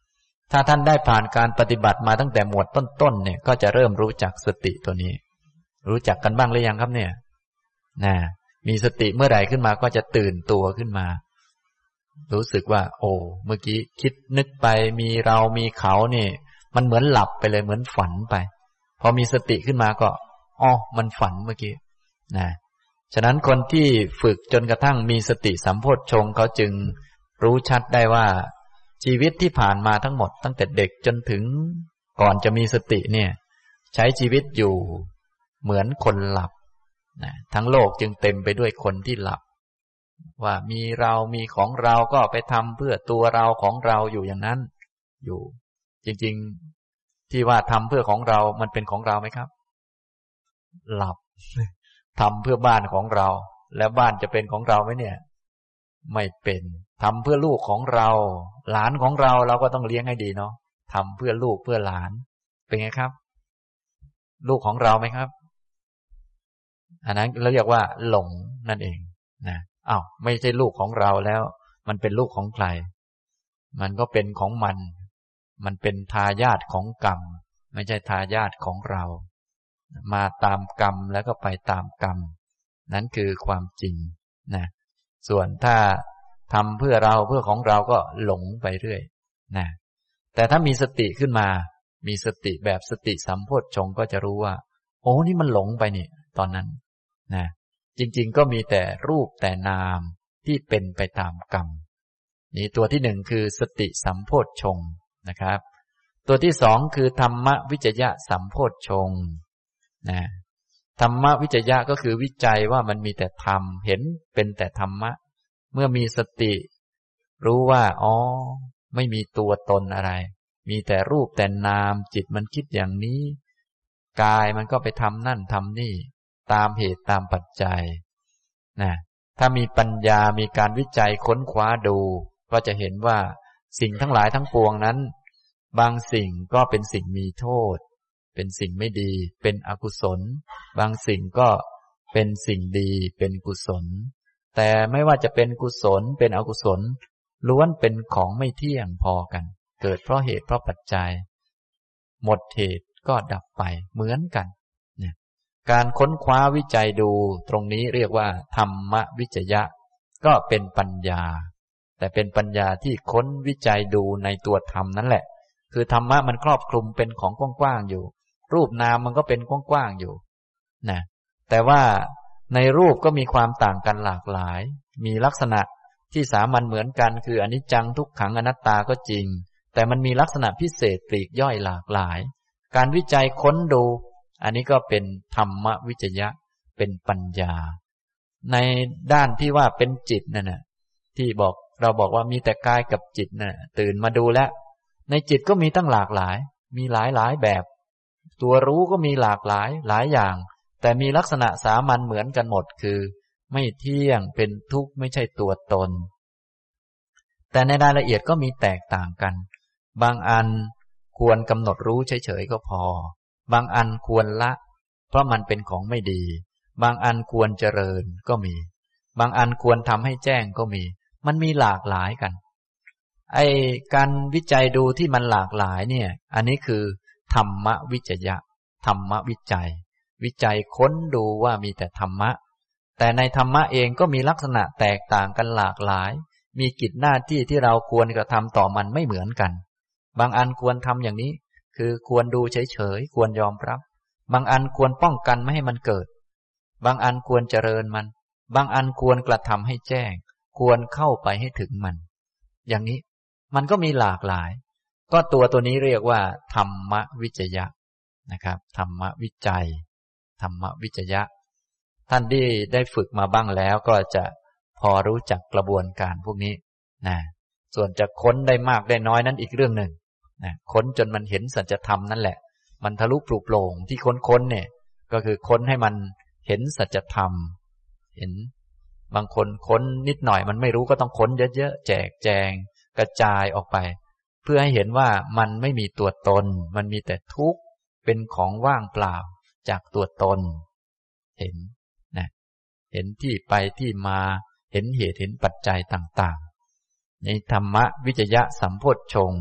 ถ้าท่านได้ผ่านการปฏิบัติมาตั้งแต่หมวดต้นๆเนี่ยก็จะเริ่มรู้จักสติตัวนี้รู้จักกันบ้างหรือยังครับเนี่ยนะมีสติเมื่อไหร่ขึ้นมาก็จะตื่นตัวขึ้นมารู้สึกว่าโอ้เมื่อกี้คิดนึกไปมีเรามีเขาเนี่ยมันเหมือนหลับไปเลยเหมือนฝันไปพอมีสติขึ้นมาก็อ๋อมันฝันเมื่อกี้นะฉะนั้นคนที่ฝึกจนกระทั่งมีสติสัมโพชฌงค์เขาจึงรู้ชัดได้ว่าชีวิตที่ผ่านมาทั้งหมดตั้งแต่เด็กจนถึงก่อนจะมีสติเนี่ยใช้ชีวิตอยู่เหมือนคนหลับนะทั้งโลกจึงเต็มไปด้วยคนที่หลับว่ามีเรามีของเราก็ไปทำเพื่อตัวเราของเราอยู่อย่างนั้นอยู่จริงๆที่ว่าทำเพื่อของเรามันเป็นของเราไหมครับหลับทำเพื่อบ้านของเราแล้วบ้านจะเป็นของเราไหมเนี่ยไม่เป็นทำเพื่อลูกของเราหลานของเราเราก็ต้องเลี้ยงให้ดีเนาะทำเพื่อลูกเพื่อหลานเป็นไงครับลูกของเราไหมครับอันนั้นเราเรียกว่าหลงนั่นเองนะอ้าวไม่ใช่ลูกของเราแล้วมันเป็นลูกของใครมันก็เป็นของมันมันเป็นทายาทของกรรมไม่ใช่ทายาทของเรามาตามกรรมแล้วก็ไปตามกรรมนั้นคือความจริงนะส่วนถ้าทำเพื่อเราเพื่อของเราก็หลงไปเรื่อยนะแต่ถ้ามีสติขึ้นมามีสติแบบสติสัมโพชฌงค์ก็จะรู้ว่าโอ้นี่มันหลงไปนี่ตอนนั้นนะจริงๆก็มีแต่รูปแต่นามที่เป็นไปตามกรรมนี่ตัวที่หนึ่งคือสติสัมโพชฌงค์นะครับตัวที่สองคือธรรมวิจยะสัมโพชฌงค์นะธรรมวิจยะก็คือวิจัยว่ามันมีแต่ธรรมเห็นเป็นแต่ธรรมะเมื่อมีสติรู้ว่าอ๋อไม่มีตัวตนอะไรมีแต่รูปแต่นามจิตมันคิดอย่างนี้กายมันก็ไปทำนั่นทำนี่ตามเหตุตามปัจจัยนะถ้ามีปัญญามีการวิจัยค้นคว้าดูก็จะเห็นว่าสิ่งทั้งหลายทั้งปวงนั้นบางสิ่งก็เป็นสิ่งมีโทษเป็นสิ่งไม่ดีเป็นอกุศลบางสิ่งก็เป็นสิ่งดีเป็นกุศลแต่ไม่ว่าจะเป็นกุศลเป็นอกุศลล้วนเป็นของไม่เที่ยงพอกันเกิดเพราะเหตุเพราะปัจจัยหมดเหตุก็ดับไปเหมือนกันเนี่ยการค้นคว้าวิจัยดูตรงนี้เรียกว่าธรรมวิจยะก็เป็นปัญญาแต่เป็นปัญญาที่ค้นวิจัยดูในตัวธรรมนั่นแหละคือธรรมะมันครอบคลุมเป็นของกว้างๆอยู่รูปนามมันก็เป็นกว้างๆอยู่นะแต่ว่าในรูปก็มีความต่างกันหลากหลายมีลักษณะที่สามัญเหมือนกันคืออนิจจังทุกขังอนัตตาก็จริงแต่มันมีลักษณะพิเศษปลีกย่อยหลากหลายการวิจัยค้นดูอันนี้ก็เป็นธรรมวิจยะเป็นปัญญาในด้านที่ว่าเป็นจิตนั่นน่ะที่บอกเราบอกว่ามีแต่กายกับจิตน่ะตื่นมาดูแล้วในจิตก็มีตั้งหลากหลายมีหลายหลายแบบตัวรู้ก็มีหลากหลายหลายอย่างแต่มีลักษณะสามัญเหมือนกันหมดคือไม่เที่ยงเป็นทุกข์ไม่ใช่ตัวตนแต่ในรายละเอียดก็มีแตกต่างกันบางอันควรกำหนดรู้เฉยๆก็พอบางอันควรละเพราะมันเป็นของไม่ดีบางอันควรเจริญก็มีบางอันควรทำให้แจ้งก็มีมันมีหลากหลายกันไอ้การวิจัยดูที่มันหลากหลายเนี่ยอันนี้คือธรรมวิจยะธรรมวิจัยวิจัยค้นดูว่ามีแต่ธรรมะแต่ในธรรมะเองก็มีลักษณะแตกต่างกันหลากหลายมีกิจหน้าที่ที่เราควรกระทำต่อมันไม่เหมือนกันบางอันควรทำอย่างนี้คือควรดูเฉยๆควรยอมรับบางอันควรป้องกันไม่ให้มันเกิดบางอันควรเจริญมันบางอันควรกระทำให้แจ้งควรเข้าไปให้ถึงมันอย่างนี้มันก็มีหลากหลายก็ตัวตัวนี้เรียกว่าธรรมวิจยะนะครับธรรมวิจัยธรรมวิจยะท่านที่ได้ฝึกมาบ้างแล้วก็จะพอรู้จักกระบวนการพวกนี้นะส่วนจะค้นได้มากได้น้อยนั้นอีกเรื่องหนึ่งนะค้นจนมันเห็นสัจธรรมนั่นแหละมันทะลุปลุกโปร่งที่ค้นค้นเนี่ยก็คือค้นให้มันเห็นสัจธรรมเห็นบางคนค้นนิดหน่อยมันไม่รู้ก็ต้องค้นเยอะๆแจกแจงกระจายออกไปเพื่อให้เห็นว่ามันไม่มีตัวตนมันมีแต่ทุกข์เป็นของว่างเปล่าจากตัวตนเห็นนะเห็นที่ไปที่มาเห็นเหตุเห็นปัจจัยต่างๆในธรรมวิจยะสัมโพชฌงค์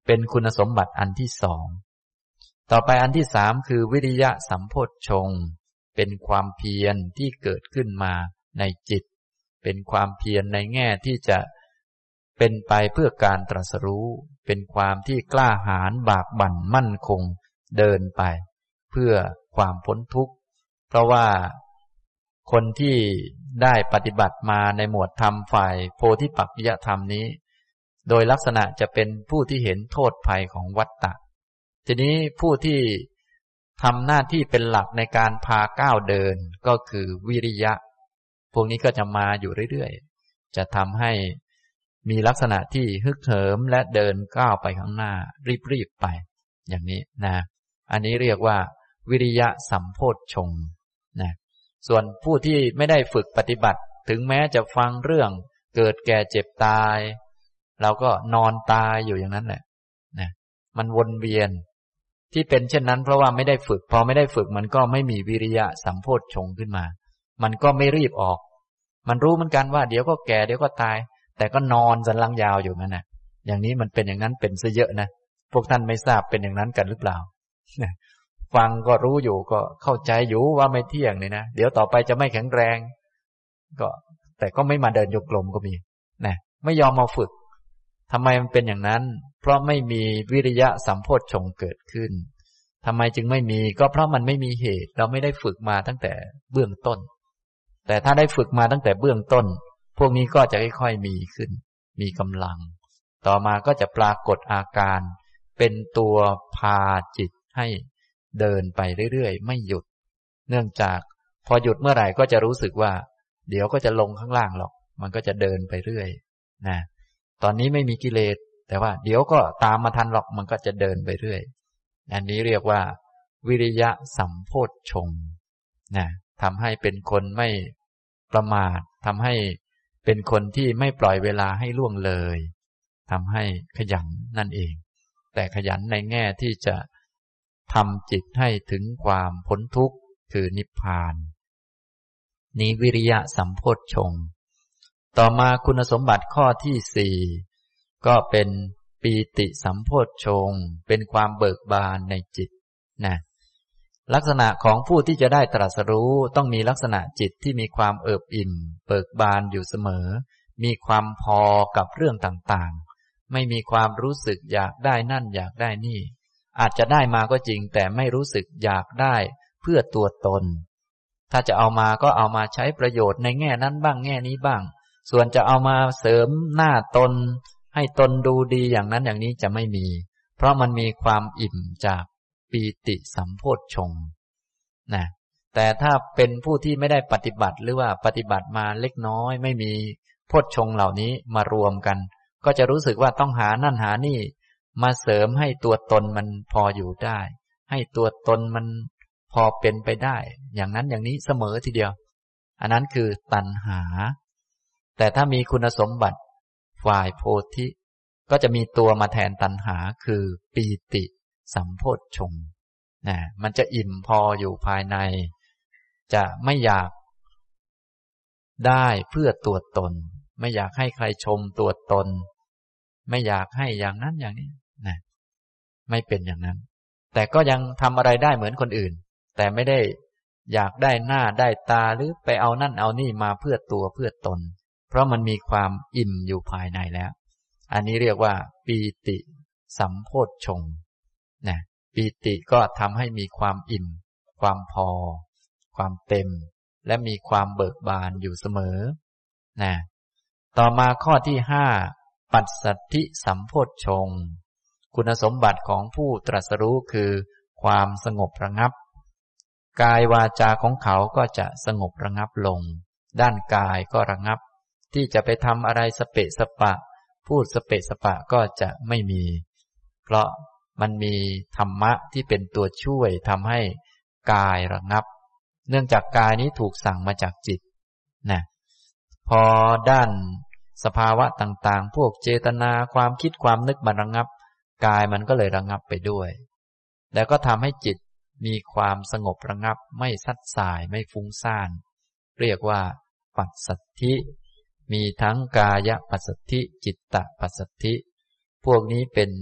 เป็นคุณสมบัติอันที่สองต่อไปอันที่สามคือวิริยะสัมโพชฌงค์เป็นความเพียรที่เกิดขึ้นมาในจิตเป็นความเพียรในแง่ที่จะเป็นไปเพื่อการตรัสรู้เป็นความที่กล้าหาญบากบั่นมั่นคงเดินไปเพื่อความพ้นทุกข์เพราะว่าคนที่ได้ปฏิบัติมาในหมวดธรรมฝ่ายโพธิปักขิยธรรมนี้โดยลักษณะจะเป็นผู้ที่เห็นโทษภัยของวัฏฏะทีนี้ผู้ที่ทำหน้าที่เป็นหลักในการพาก้าวเดินก็คือวิริยะพวกนี้ก็จะมาอยู่เรื่อยๆจะทำให้มีลักษณะที่ฮึกเหิมและเดินก้าวไปข้างหน้ารีบๆไปอย่างนี้นะอันนี้เรียกว่าวิริยะสัมโพชฌงค์นะส่วนผู้ที่ไม่ได้ฝึกปฏิบัติถึงแม้จะฟังเรื่องเกิดแก่เจ็บตายเราก็นอนตายอยู่อย่างนั้นแหละนะมันวนเวียนที่เป็นเช่นนั้นเพราะว่าไม่ได้ฝึกพอไม่ได้ฝึกมันก็ไม่มีวิริยะสัมโพชฌงค์ขึ้นมามันก็ไม่รีบออกมันรู้เหมือนกันว่าเดี๋ยวก็แก่เดี๋ยวก็ตายแต่ก็นอนสันหลังยาวอยู่นั่นน่ะอย่างนี้มันเป็นอย่างนั้นเป็นซะเยอะนะพวกท่านไม่ทราบเป็นอย่างนั้นกันหรือเปล่าฟังก็รู้อยู่ก็เข้าใจอยู่ว่าไม่เที่ยงนี่นะเดี๋ยวต่อไปจะไม่แข็งแรงก็แต่ก็ไม่มาเดินโยกลมก็มีนะไม่ยอมมาฝึกทำไมมันเป็นอย่างนั้นเพราะไม่มีวิริยะสัมโพชฌงค์เกิดขึ้นทำไมจึงไม่มีก็เพราะมันไม่มีเหตุเราไม่ได้ฝึกมาตั้งแต่เบื้องต้นแต่ถ้าได้ฝึกมาตั้งแต่เบื้องต้นพวกนี้ก็จะค่อยๆมีขึ้นมีกำลังต่อมาก็จะปรากฏอาการเป็นตัวพาจิตให้เดินไปเรื่อยๆไม่หยุดเนื่องจากพอหยุดเมื่อไหร่ก็จะรู้สึกว่าเดี๋ยวก็จะลงข้างล่างหรอกมันก็จะเดินไปเรื่อยนะตอนนี้ไม่มีกิเลสแต่ว่าเดี๋ยวก็ตามมาทันหรอกมันก็จะเดินไปเรื่อยอันนี้เรียกว่าวิริยะสัมโพชฌงค์นะทำให้เป็นคนไม่ประมาททำให้เป็นคนที่ไม่ปล่อยเวลาให้ล่วงเลยทำให้ขยันนั่นเองแต่ขยันในแง่ที่จะทำจิตให้ถึงความพ้นทุกข์คือนิพพานนี้วิริยะสัมโพชฌงค์ต่อมาคุณสมบัติข้อที่สี่ก็เป็นปีติสัมโพชฌงค์เป็นความเบิกบานในจิตนะลักษณะของผู้ที่จะได้ตรัสรู้ต้องมีลักษณะจิตที่มีความเอิบอิ่มเบิกบานอยู่เสมอมีความพอกับเรื่องต่างๆไม่มีความรู้สึกอยากได้นั่นอยากได้นี่อาจจะได้มาก็จริงแต่ไม่รู้สึกอยากได้เพื่อตัวตนถ้าจะเอามาก็เอามาใช้ประโยชน์ในแง่นั้นบ้างแง่นี้บ้างส่วนจะเอามาเสริมหน้าตนให้ตนดูดีอย่างนั้นอย่างนี้จะไม่มีเพราะมันมีความอิ่มจากปีติสัมโพชฌงค์นะแต่ถ้าเป็นผู้ที่ไม่ได้ปฏิบัติหรือว่าปฏิบัติมาเล็กน้อยไม่มีโพชฌงค์เหล่านี้มารวมกันก็จะรู้สึกว่าต้องหานั่นหานี่มาเสริมให้ตัวตนมันพออยู่ได้ให้ตัวตนมันพอเป็นไปได้อย่างนั้นอย่างนี้เสมอทีเดียวอันนั้นคือตัณหาแต่ถ้ามีคุณสมบัติฝ่ายโพธิก็จะมีตัวมาแทนตัณหาคือปีติสัมโพชฌงค์นะมันจะอิ่มพออยู่ภายในจะไม่อยากได้เพื่อตัวตนไม่อยากให้ใครชมตัวตนไม่อยากให้อย่างนั้นอย่างนี้นะไม่เป็นอย่างนั้นแต่ก็ยังทำอะไรได้เหมือนคนอื่นแต่ไม่ได้อยากได้หน้าได้ตาหรือไปเอานั่นเอานี่มาเพื่อตัวเพื่อตนเพราะมันมีความอิ่มอยู่ภายในแล้วอันนี้เรียกว่าปีติสัมโพชฌงค์นะปีติก็ทำให้มีความอิ่มความพอความเต็มและมีความเบิกบานอยู่เสมอนะต่อมาข้อที่ห้าปัสสัทธิสัมโพชฌงค์คุณสมบัติของผู้ตรัสรู้คือความสงบระงับกายวาจาของเขาก็จะสงบระงับลงด้านกายก็ระงับที่จะไปทำอะไรสเปะสปะพูดสเปะสปะก็จะไม่มีเพราะมันมีธรรมะที่เป็นตัวช่วยทำให้กายระงับเนื่องจากกายนี้ถูกสั่งมาจากจิตนะพอด้านสภาวะต่างๆพวกเจตนาความคิดความนึกมันระงับกายมันก็เลยระงับไปด้วยแล้วก็ทำให้จิตมีความสงบระงับไม่ซัดสายไม่ฟุ้งซ่านเรียกว่าปัสสัทธิมีทั้งกายปัสสัทธิจิตตปัสสัทธิพวกนี้เป็น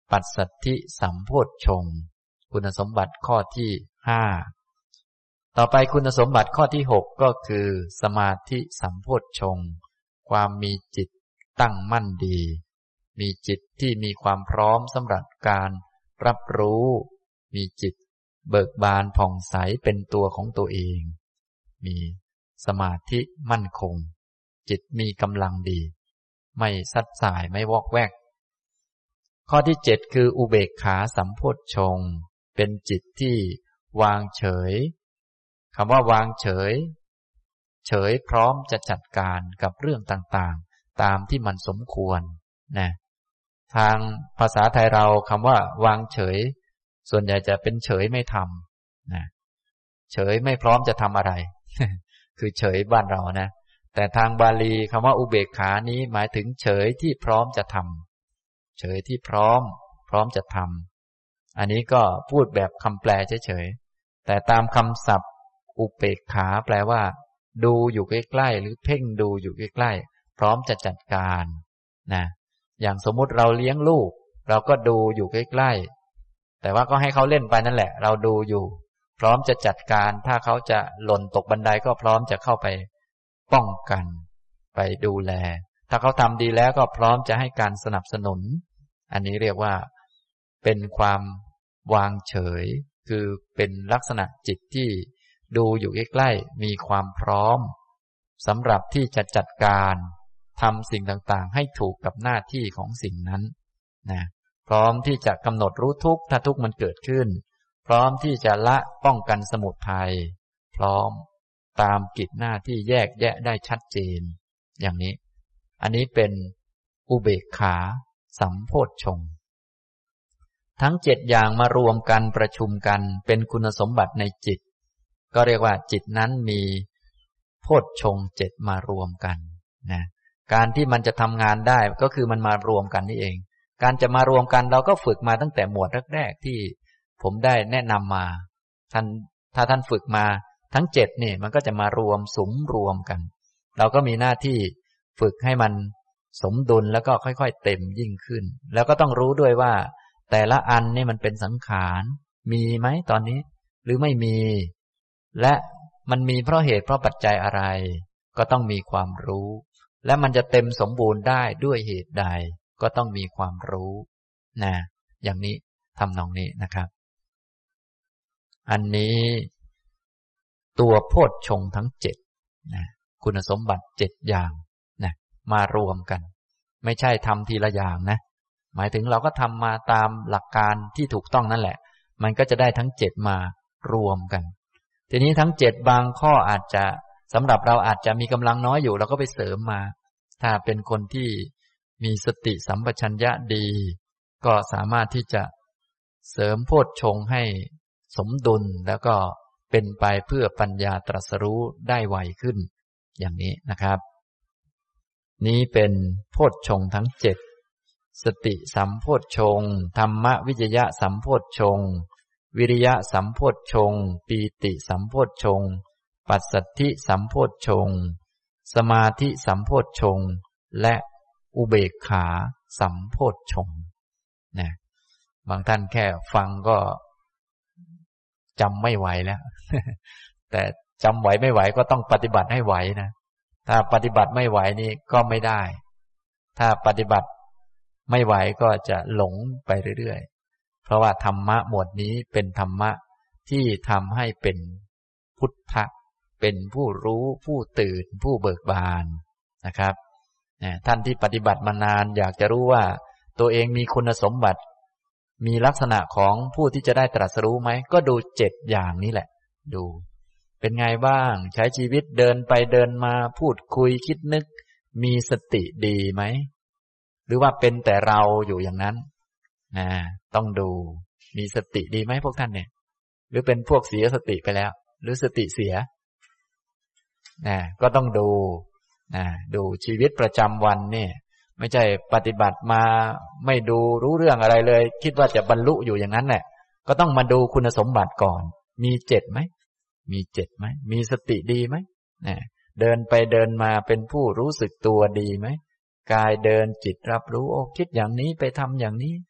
ปัสสัทธิสัมโพชฌงค์คุณสมบัติข้อที่ห้าต่อไปคุณสมบัติข้อที่หกก็คือสมาธิสัมโพชฌงค์ความมีจิตตั้งมั่นดีมีจิตที่มีความพร้อมสำหรับการรับรู้มีจิตเบิกบานผ่องใสเป็นตัวของตัวเองมีสมาธิมั่นคงจิตมีกำลังดีไม่สัดสายไม่วอกแวกข้อที่เจ็ดคืออุเบกขาสัมโพชฌงค์เป็นจิตที่วางเฉยคำว่าวางเฉยเฉยพร้อมจะจัดการกับเรื่องต่างๆตามที่มันสมควรนะทางภาษาไทยเราคำว่าวางเฉยส่วนใหญ่จะเป็นเฉยไม่ทำนะเฉยไม่พร้อมจะทำอะไร คือเฉยบ้านเรานะแต่ทางบาลีคำว่าอุเบกขานี้หมายถึงเฉยที่พร้อมจะทำเฉยที่พร้อมพร้อมจะทำอันนี้ก็พูดแบบคำแปลเฉยๆแต่ตามคำศัพท์อุเบกขาแปลว่าดูอยู่ใกล้ๆหรือเพ่งดูอยู่ใกล้ๆพร้อมจะจัดการนะอย่างสมมุติเราเลี้ยงลูกเราก็ดูอยู่ใกล้ๆแต่ว่าก็ให้เขาเล่นไปนั่นแหละเราดูอยู่พร้อมจะจัดการถ้าเขาจะหล่นตกบันไดก็พร้อมจะเข้าไปป้องกันไปดูแลถ้าเขาทำดีแล้วก็พร้อมจะให้การสนับสนุนอันนี้เรียกว่าเป็นความวางเฉยคือเป็นลักษณะจิตที่ดูอยู่ใกล้ๆมีความพร้อมสำหรับที่จะจัดการทำสิ่งต่างๆให้ถูกกับหน้าที่ของสิ่งนั้นนะพร้อมที่จะกำหนดรู้ทุกข์ถ้าทุกข์มันเกิดขึ้นพร้อมที่จะละป้องกันสมุทัยพร้อมตามกิจหน้าที่แยกแยะได้ชัดเจนอย่างนี้อันนี้เป็นอุเบกขาสัมโพชฌงค์ทั้งเจ็ดอย่างมารวมกันประชุมกันเป็นคุณสมบัติในจิตก็เรียกว่าจิตนั้นมีโพชฌงค์เจ็ดมารวมกันนะการที่มันจะทำงานได้ก็คือมันมารวมกันนี่เองการจะมารวมกันเราก็ฝึกมาตั้งแต่หมวดแรกๆที่ผมได้แนะนำมาท่านถ้าท่านฝึกมาทั้งเจ็ดนี่มันก็จะมารวมสุมรวมกันเราก็มีหน้าที่ฝึกให้มันสมดุลแล้วก็ค่อยๆเต็มยิ่งขึ้นแล้วก็ต้องรู้ด้วยว่าแต่ละอันนี่มันเป็นสังขารมีไหมตอนนี้หรือไม่มีและมันมีเพราะเหตุเพราะปัจจัยอะไรก็ต้องมีความรู้และมันจะเต็มสมบูรณ์ได้ด้วยเหตุใดก็ต้องมีความรู้นะอย่างนี้ทำนองนี้นะครับอันนี้ตัวโพชฌงค์ทั้งเจ็ดนะคุณสมบัติเจ็ดอย่างนะมารวมกันไม่ใช่ทำทีละอย่างนะหมายถึงเราก็ทำมาตามหลักการที่ถูกต้องนั่นแหละมันก็จะได้ทั้งเจ็ดมารวมกันทีนี้ทั้งเจ็ดบางข้ออาจจะสำหรับเราอาจจะมีกำลังน้อยอยู่เราก็ไปเสริมมาถ้าเป็นคนที่มีสติสัมปชัญญะดีก็สามารถที่จะเสริมโพชฌงค์ให้สมดุลแล้วก็เป็นไปเพื่อปัญญาตรัสรู้ได้ไวขึ้นอย่างนี้นะครับนี้เป็นโพชฌงค์ทั้งเจ็ดสติสัมโพชฌงค์ธรรมวิจยะสัมโพชฌงค์วิริยะสัมโพชฌงค์ปีติสัมโพชฌงค์ปัสสัทธิสัมโพชฌงค์สมาธิสัมโพชฌงค์และอุเบกขาสัมโพชฌงค์นะบางท่านแค่ฟังก็จำไม่ไหวแล้ว แต่จำไหวไม่ไหวก็ต้องปฏิบัติให้ไหวนะถ้าปฏิบัติไม่ไหวนี่ก็ไม่ได้ถ้าปฏิบัติไม่ไหวก็จะหลงไปเรื่อยๆเพราะว่าธรรมะหมวดนี้เป็นธรรมะที่ทำให้เป็นพุทธะเป็นผู้รู้ผู้ตื่นผู้เบิกบานนะครับท่านที่ปฏิบัติมานานอยากจะรู้ว่าตัวเองมีคุณสมบัติมีลักษณะของผู้ที่จะได้ตรัสรู้ไหมก็ดูเจ็ดอย่างนี้แหละดูเป็นไงบ้างใช้ชีวิตเดินไปเดินมาพูดคุยคิดนึกมีสติดีไหมหรือว่าเป็นแต่เราอยู่อย่างนั้นนะต้องดูมีสติดีไหมพวกท่านเนี่ยหรือเป็นพวกเสียสติไปแล้วหรือสติเสียนะก็ต้องดูนะดูชีวิตประจำวันเนี่ยไม่ใช่ปฏิบัติมาไม่ดูรู้เรื่องอะไรเลยคิดว่าจะบรรลุอยู่อย่างนั้นแหละก็ต้องมาดูคุณสมบัติก่อนมีเจ็ดไหมมีเจ็ดไหมมีสติดีไหมนะเดินไปเดินมาเป็นผู้รู้สึกตัวดีไหมกายเดินจิตรับรู้โอ้คิดอย่างนี้ไปทำอย่างนี้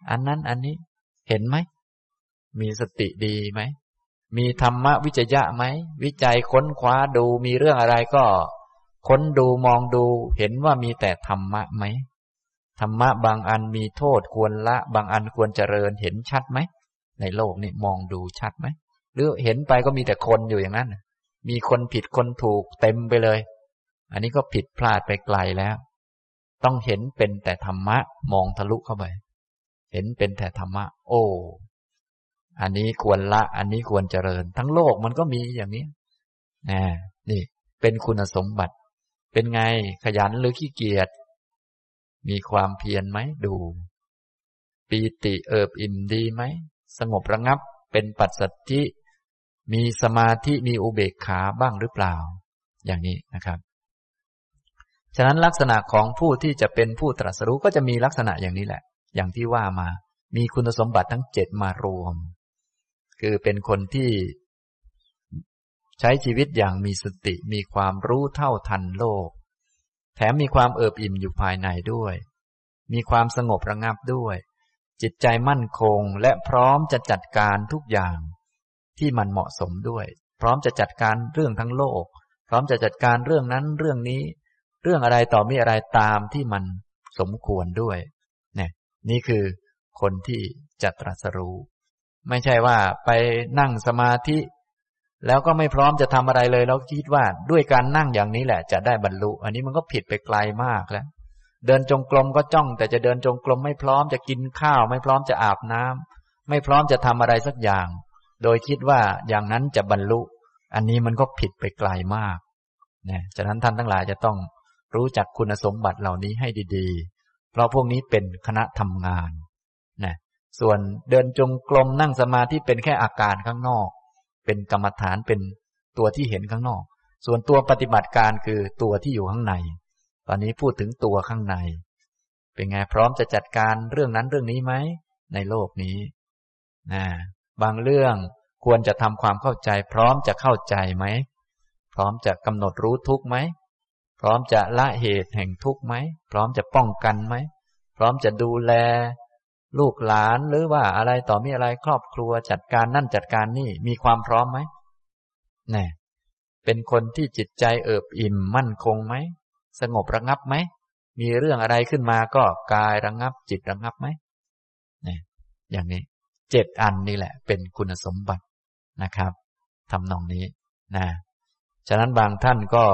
อันนั้นอันนี้เห็นไหมมีสติดีไหมมีธรรมวิจยะไหมวิจัยค้นคว้าดูมีเรื่องอะไรก็ค้นดูมองดูเห็นว่ามีแต่ธรรมะไหมธรรมะบางอันมีโทษควรละบางอันควรเจริญเห็นชัดไหมในโลกนี้มองดูชัดไหมหรือเห็นไปก็มีแต่คนอยู่อย่างนั้นมีคนผิดคนถูกเต็มไปเลยอันนี้ก็ผิดพลาดไปไกลแล้วต้องเห็นเป็นแต่ธรรมะมองทะลุเข้าไปเห็นเป็นแต่ธรรมะโอ้อันนี้ควรละอันนี้ควรเจริญทั้งโลกมันก็มีอย่างนี้นะนี่เป็นคุณสมบัติเป็นไงขยันหรือขี้เกียจมีความเพียรไหมดูปีติเอิบอิ่มดีไหมสงบระงับเป็นปัสสัทธิมีสมาธิมีอุเบกขาบ้างหรือเปล่าอย่างนี้นะครับฉะนั้นลักษณะของผู้ที่จะเป็นผู้ตรัสรู้ก็จะมีลักษณะอย่างนี้แหละอย่างที่ว่ามามีคุณสมบัติทั้งเจ็ดมารวมคือเป็นคนที่ใช้ชีวิตอย่างมีสติมีความรู้เท่าทันโลกแถมมีความเอิบอิ่มอยู่ภายในด้วยมีความสงบระงับด้วยจิตใจมั่นคงและพร้อมจะจัดการทุกอย่างที่มันเหมาะสมด้วยพร้อมจะจัดการเรื่องทั้งโลกพร้อมจะจัดการเรื่องนั้นเรื่องนี้เรื่องอะไรต่อมีอะไรตามที่มันสมควรด้วยเนี่ยนี่คือคนที่จะตรัสรู้ไม่ใช่ว่าไปนั่งสมาธิแล้วก็ไม่พร้อมจะทำอะไรเลยแล้วคิดว่าด้วยการนั่งอย่างนี้แหละจะได้บรรลุอันนี้มันก็ผิดไปไกลมากแล้วเดินจงกรมก็จ้องแต่จะเดินจงกรมไม่พร้อมจะกินข้าวไม่พร้อมจะอาบน้ำไม่พร้อมจะทำอะไรสักอย่างโดยคิดว่าอย่างนั้นจะบรรลุอันนี้มันก็ผิดไปไกลมากนะฉะนั้นท่านทั้งหลายจะต้องรู้จักคุณสมบัติเหล่านี้ให้ดีๆเพราะพวกนี้เป็นคณะทำงานนะส่วนเดินจงกรมนั่งสมาธิเป็นแค่อาการข้างนอกเป็นกรรมฐานเป็นตัวที่เห็นข้างนอกส่วนตัวปฏิบัติการคือตัวที่อยู่ข้างในตอนนี้พูดถึงตัวข้างในเป็นไงพร้อมจะจัดการเรื่องนั้นเรื่องนี้ไหมในโลกนี้นะบางเรื่องควรจะทำความเข้าใจพร้อมจะเข้าใจไหมพร้อมจะกำหนดรู้ทุกข์ไหมพร้อมจะละเหตุแห่งทุกข์ไหมพร้อมจะป้องกันไหมพร้อมจะดูแลลูกหลานหรือว่าอะไรต่อมีอะไรครอบครัวจัดการนั่นจัดการนี่มีความพร้อมไหมแน่เป็นคนที่จิตใจเอิบอิ่มมั่นคงไหมสงบระงับไหมมีเรื่องอะไรขึ้นมาก็กายระงับจิตระงับไหมเนี่ยอย่างนี้เจ็ดอันนี่แหละเป็นคุณสมบัตินะครับทำนองนี้นะฉะนั้นบางท่านก็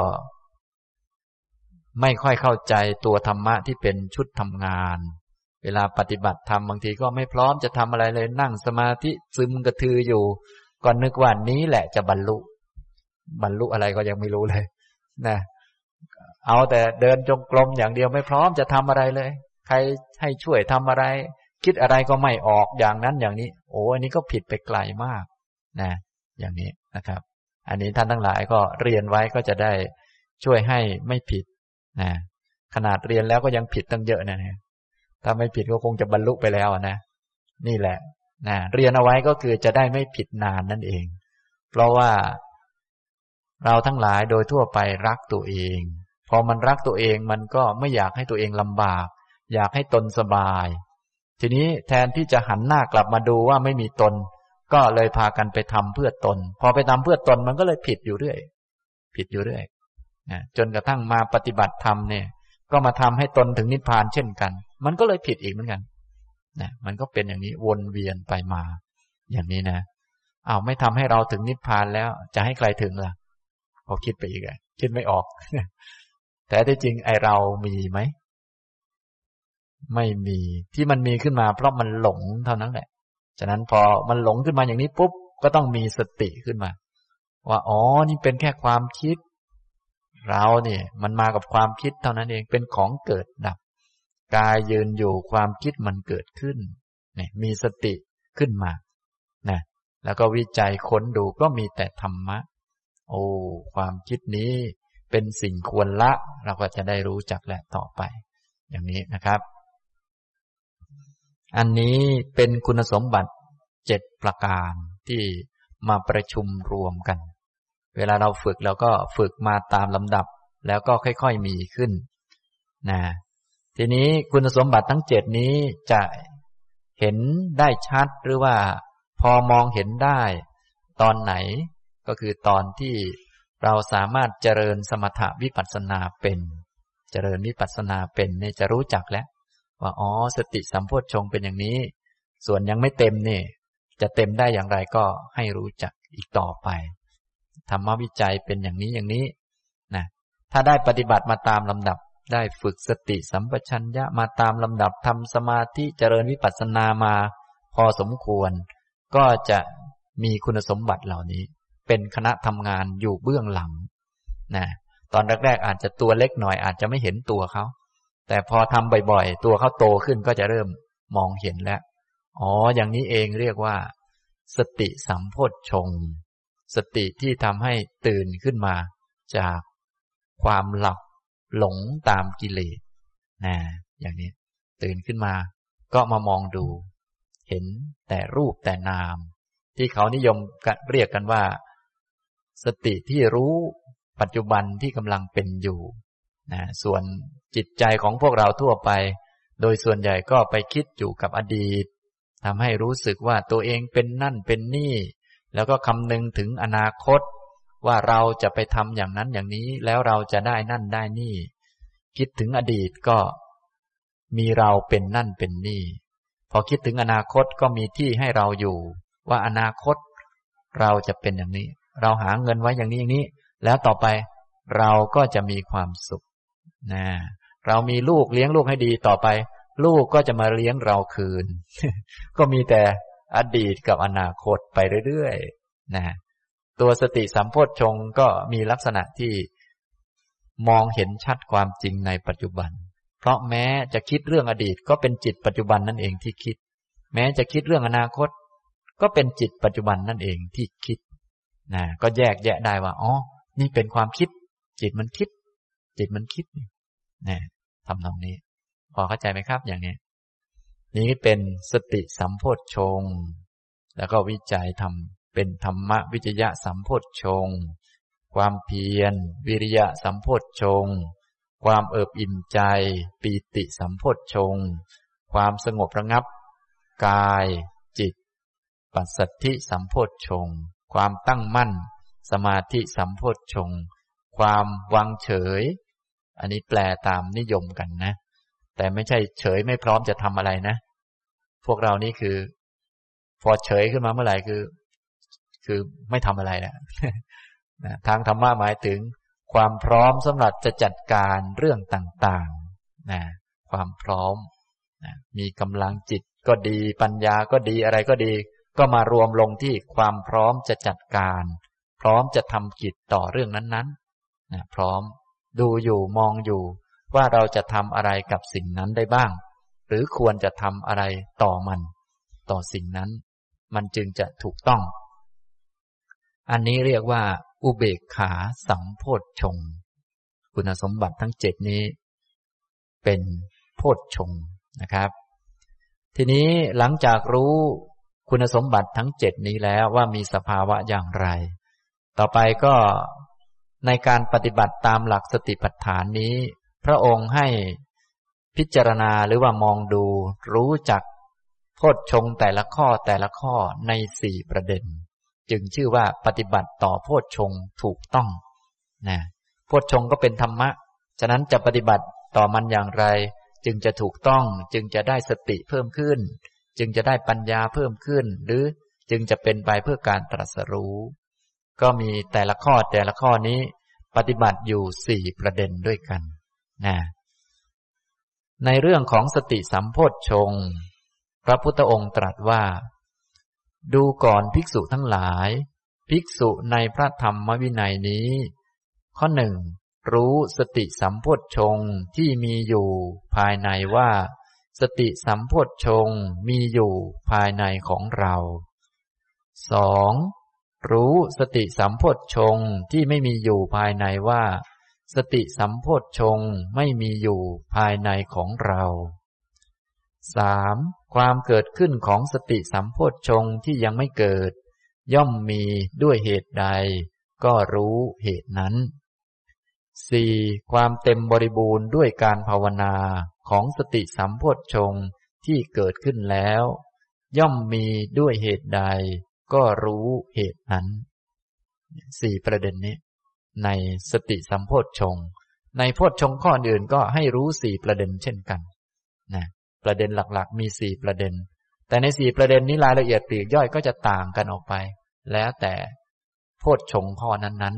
ไม่ค่อยเข้าใจตัวธรรมะที่เป็นชุดทำงานเวลาปฏิบัติธรรมบางทีก็ไม่พร้อมจะทำอะไรเลยนั่งสมาธิซึมกระทืออยู่ก่อนนึกว่านี้แหละจะบรรลุบรรลุอะไรก็ยังไม่รู้เลยนะเอาแต่เดินจงกรมอย่างเดียวไม่พร้อมจะทำอะไรเลยใครให้ช่วยทำอะไรคิดอะไรก็ไม่ออกอย่างนั้นอย่างนี้โอ้อันนี้ก็ผิดไปไกลมากนะอย่างนี้นะครับอันนี้ท่านทั้งหลายก็เรียนไว้ก็จะได้ช่วยให้ไม่ผิดนะขนาดเรียนแล้วก็ยังผิดตั้งเยอะนะเนี่ยถ้าไม่ผิดก็คงจะบรรลุไปแล้วนะนี่แหละนะเรียนเอาไว้ก็คือจะได้ไม่ผิดนานนั่นเองเพราะว่าเราทั้งหลายโดยทั่วไปรักตัวเองพอมันรักตัวเองมันก็ไม่อยากให้ตัวเองลำบากอยากให้ตนสบายทีนี้แทนที่จะหันหน้ากลับมาดูว่าไม่มีตนก็เลยพากันไปทำเพื่อตนพอไปทำเพื่อตนมันก็เลยผิดอยู่เรื่อยผิดอยู่เรื่อยนะจนกระทั่งมาปฏิบัติธรรมเนี่ยก็มาทำให้ตนถึงนิพพานเช่นกันมันก็เลยผิดอีกเหมือนกันนะมันก็เป็นอย่างนี้วนเวียนไปมาอย่างนี้นะอ้าวไม่ทำให้เราถึงนิพพานแล้วจะให้ใครถึงล่ะพอคิดไปอีกอ่ะคิดไม่ออกแต่ที่จริงไอเรามีไหมไม่มีที่มันมีขึ้นมาเพราะมันหลงเท่านั้นแหละฉะนั้นพอมันหลงขึ้นมาอย่างนี้ปุ๊บก็ต้องมีสติขึ้นมาว่าอ๋อนี่เป็นแค่ความคิดเราเนี่ยมันมากับความคิดเท่านั้นเองเป็นของเกิดดับกายยืนอยู่ความคิดมันเกิดขึ้นเนี่ยมีสติขึ้นมานะแล้วก็วิจัยค้นดูก็มีแต่ธรรมะโอ้ความคิดนี้เป็นสิ่งควรละเราก็จะได้รู้จักแหละต่อไปอย่างนี้นะครับอันนี้เป็นคุณสมบัติเจ็ดประการที่มาประชุมรวมกันเวลาเราฝึกเราก็ฝึกมาตามลำดับแล้วก็ค่อยๆมีขึ้นนะทีนี้คุณสมบัติทั้งเจ็ดนี้จะเห็นได้ชัดหรือว่าพอมองเห็นได้ตอนไหนก็คือตอนที่เราสามารถเจริญสมถะวิปัสสนาเป็นเจริญวิปัสสนาเป็นเนี่ยจะรู้จักแล้วว่าอ๋อสติสัมโพชฌงค์เป็นอย่างนี้ส่วนยังไม่เต็มเนี่ยจะเต็มได้อย่างไรก็ให้รู้จักอีกต่อไปธรรมวิจัยเป็นอย่างนี้อย่างนี้นะถ้าได้ปฏิบัติมาตามลำดับได้ฝึกสติสัมปชัญญะมาตามลำดับทำสมาธิเจริญวิปัสสนามาพอสมควรก็จะมีคุณสมบัติเหล่านี้เป็นคณะทำงานอยู่เบื้องหลังนะตอนแรกๆอาจจะตัวเล็กหน่อยอาจจะไม่เห็นตัวเขาแต่พอทำบ่อยๆตัวเขาโตขึ้นก็จะเริ่มมองเห็นแล้วอ๋ออย่างนี้เองเรียกว่าสติสัมโพชฌงค์สติที่ทำให้ตื่นขึ้นมาจากความหลับหลงตามกิเลสนะอย่างนี้ตื่นขึ้นมาก็มามองดูเห็นแต่รูปแต่นามที่เขานิยมเรียกกันว่าสติที่รู้ปัจจุบันที่กำลังเป็นอยู่นะส่วนจิตใจของพวกเราทั่วไปโดยส่วนใหญ่ก็ไปคิดอยู่กับอดีตทำให้รู้สึกว่าตัวเองเป็นนั่นเป็นนี่แล้วก็คำนึงถึงอนาคตว่าเราจะไปทำอย่างนั้นอย่างนี้แล้วเราจะได้นั่นได้นี่คิดถึงอดีตก็มีเราเป็นนั่นเป็นนี่พอคิดถึงอนาคตก็มีที่ให้เราอยู่ว่าอนาคตเราจะเป็นอย่างนี้เราหาเงินไว้อย่างนี้อย่างนี้แล้วต่อไปเราก็จะมีความสุขนะเรามีลูกเลี้ยงลูกให้ดีต่อไปลูกก็จะมาเลี้ยงเราคืน ก็มีแต่อดีตกับอนาคตไปเรื่อยๆนะตัวสติสัมโพชฌงค์ก็มีลักษณะที่มองเห็นชัดความจริงในปัจจุบันเพราะแม้จะคิดเรื่องอดีตก็เป็นจิตปัจจุบันนั่นเองที่คิดแม้จะคิดเรื่องอนาคตก็เป็นจิตปัจจุบันนั่นเองที่คิดนะก็แยกแยะได้ว่าอ๋อนี่เป็นความคิดจิตมันคิดจิตมันคิดนะทำตรงนี้พอเข้าใจไหมครับอย่างนี้นี้เป็นสติสัมโพชฌงค์แล้วก็วิจัยทำเป็นธรรมวิจยะสัมโพชฌงค์ความเพียรวิริยะสัมโพชฌงค์ความเอิบอิ่มใจปีติสัมโพชฌงค์ความสงบระงับกายจิตปัสสัทธิสัมโพชฌงค์ความตั้งมั่นสมาธิสัมโพชฌงค์ความวางเฉยอันนี้แปลตามนิยมกันนะแต่ไม่ใช่เฉยไม่พร้อมจะทำอะไรนะพวกเรานี่คือพอเฉยขึ้นมาเมื่อไหร่คือคือไม่ทำอะไรนะ ทางธรรมะหมายถึงความพร้อมสำหรับจะจัดการเรื่องต่างๆนะความพร้อมนะมีกำลังจิตก็ดีปัญญาก็ดีอะไรก็ดีก็มารวมลงที่ความพร้อมจะจัดการพร้อมจะทำกิจต่อเรื่องนั้นๆนะพร้อมดูอยู่มองอยู่ว่าเราจะทำอะไรกับสิ่งนั้นได้บ้างหรือควรจะทำอะไรต่อมันต่อสิ่งนั้นมันจึงจะถูกต้องอันนี้เรียกว่าอุเบกขาสัมโพชฌงค์คุณสมบัติทั้งเจ็ดนี้เป็นโพชฌงค์นะครับทีนี้หลังจากรู้คุณสมบัติทั้งเจ็ดนี้แล้วว่ามีสภาวะอย่างไรต่อไปก็ในการปฏิบัติตามหลักสติปัฏฐานนี้พระองค์ให้พิจารณาหรือว่ามองดูรู้จักโพชฌงค์แต่ละข้อแต่ละข้อในสี่ประเด็นจึงชื่อว่าปฏิบัติต่อโพชฌงค์ถูกต้องนะโพชฌงค์ก็เป็นธรรมะฉะนั้นจะปฏิบัติต่อมันอย่างไรจึงจะถูกต้องจึงจะได้สติเพิ่มขึ้นจึงจะได้ปัญญาเพิ่มขึ้นหรือจึงจะเป็นไปเพื่อการตรัสรู้ก็มีแต่ละข้อแต่ละข้อนี้ปฏิบัติอยู่สี่ประเด็นด้วยกันนะในเรื่องของสติสัมโพชฌงค์พระพุทธองค์ตรัสว่าดูก่อนภิกษุทั้งหลายภิกษุในพระธรรมวินัยนี้ข้อหนึ่งรู้สติสัมโพชฌงค์ที่มีอยู่ภายในว่าสติสัมโพชฌงค์มีอยู่ภายในของเราสองรู้สติสัมโพชฌงค์ที่ไม่มีอยู่ภายในว่าสติสัมโพชฌงค์ไม่มีอยู่ภายในของเราสามความเกิดขึ้นของสติสัมโพชฌงค์ที่ยังไม่เกิดย่อมมีด้วยเหตุใดก็รู้เหตุนั้นสี่ความเต็มบริบูรณ์ด้วยการภาวนาของสติสัมโพชฌงค์ที่เกิดขึ้นแล้วย่อมมีด้วยเหตุใดก็รู้เหตุนั้นสี่ประเด็นนี้ในสติสัมโพชฌงค์ในโพชฌงค์ข้ออื่นก็ให้รู้สี่ประเด็นเช่นกันนะประเด็นหลักๆมีสี่ประเด็นแต่ในสี่ประเด็นนี้รายละเอียดปลีกย่อยก็จะต่างกันออกไปแล้วแต่โพชฌงค์ข้อนั้น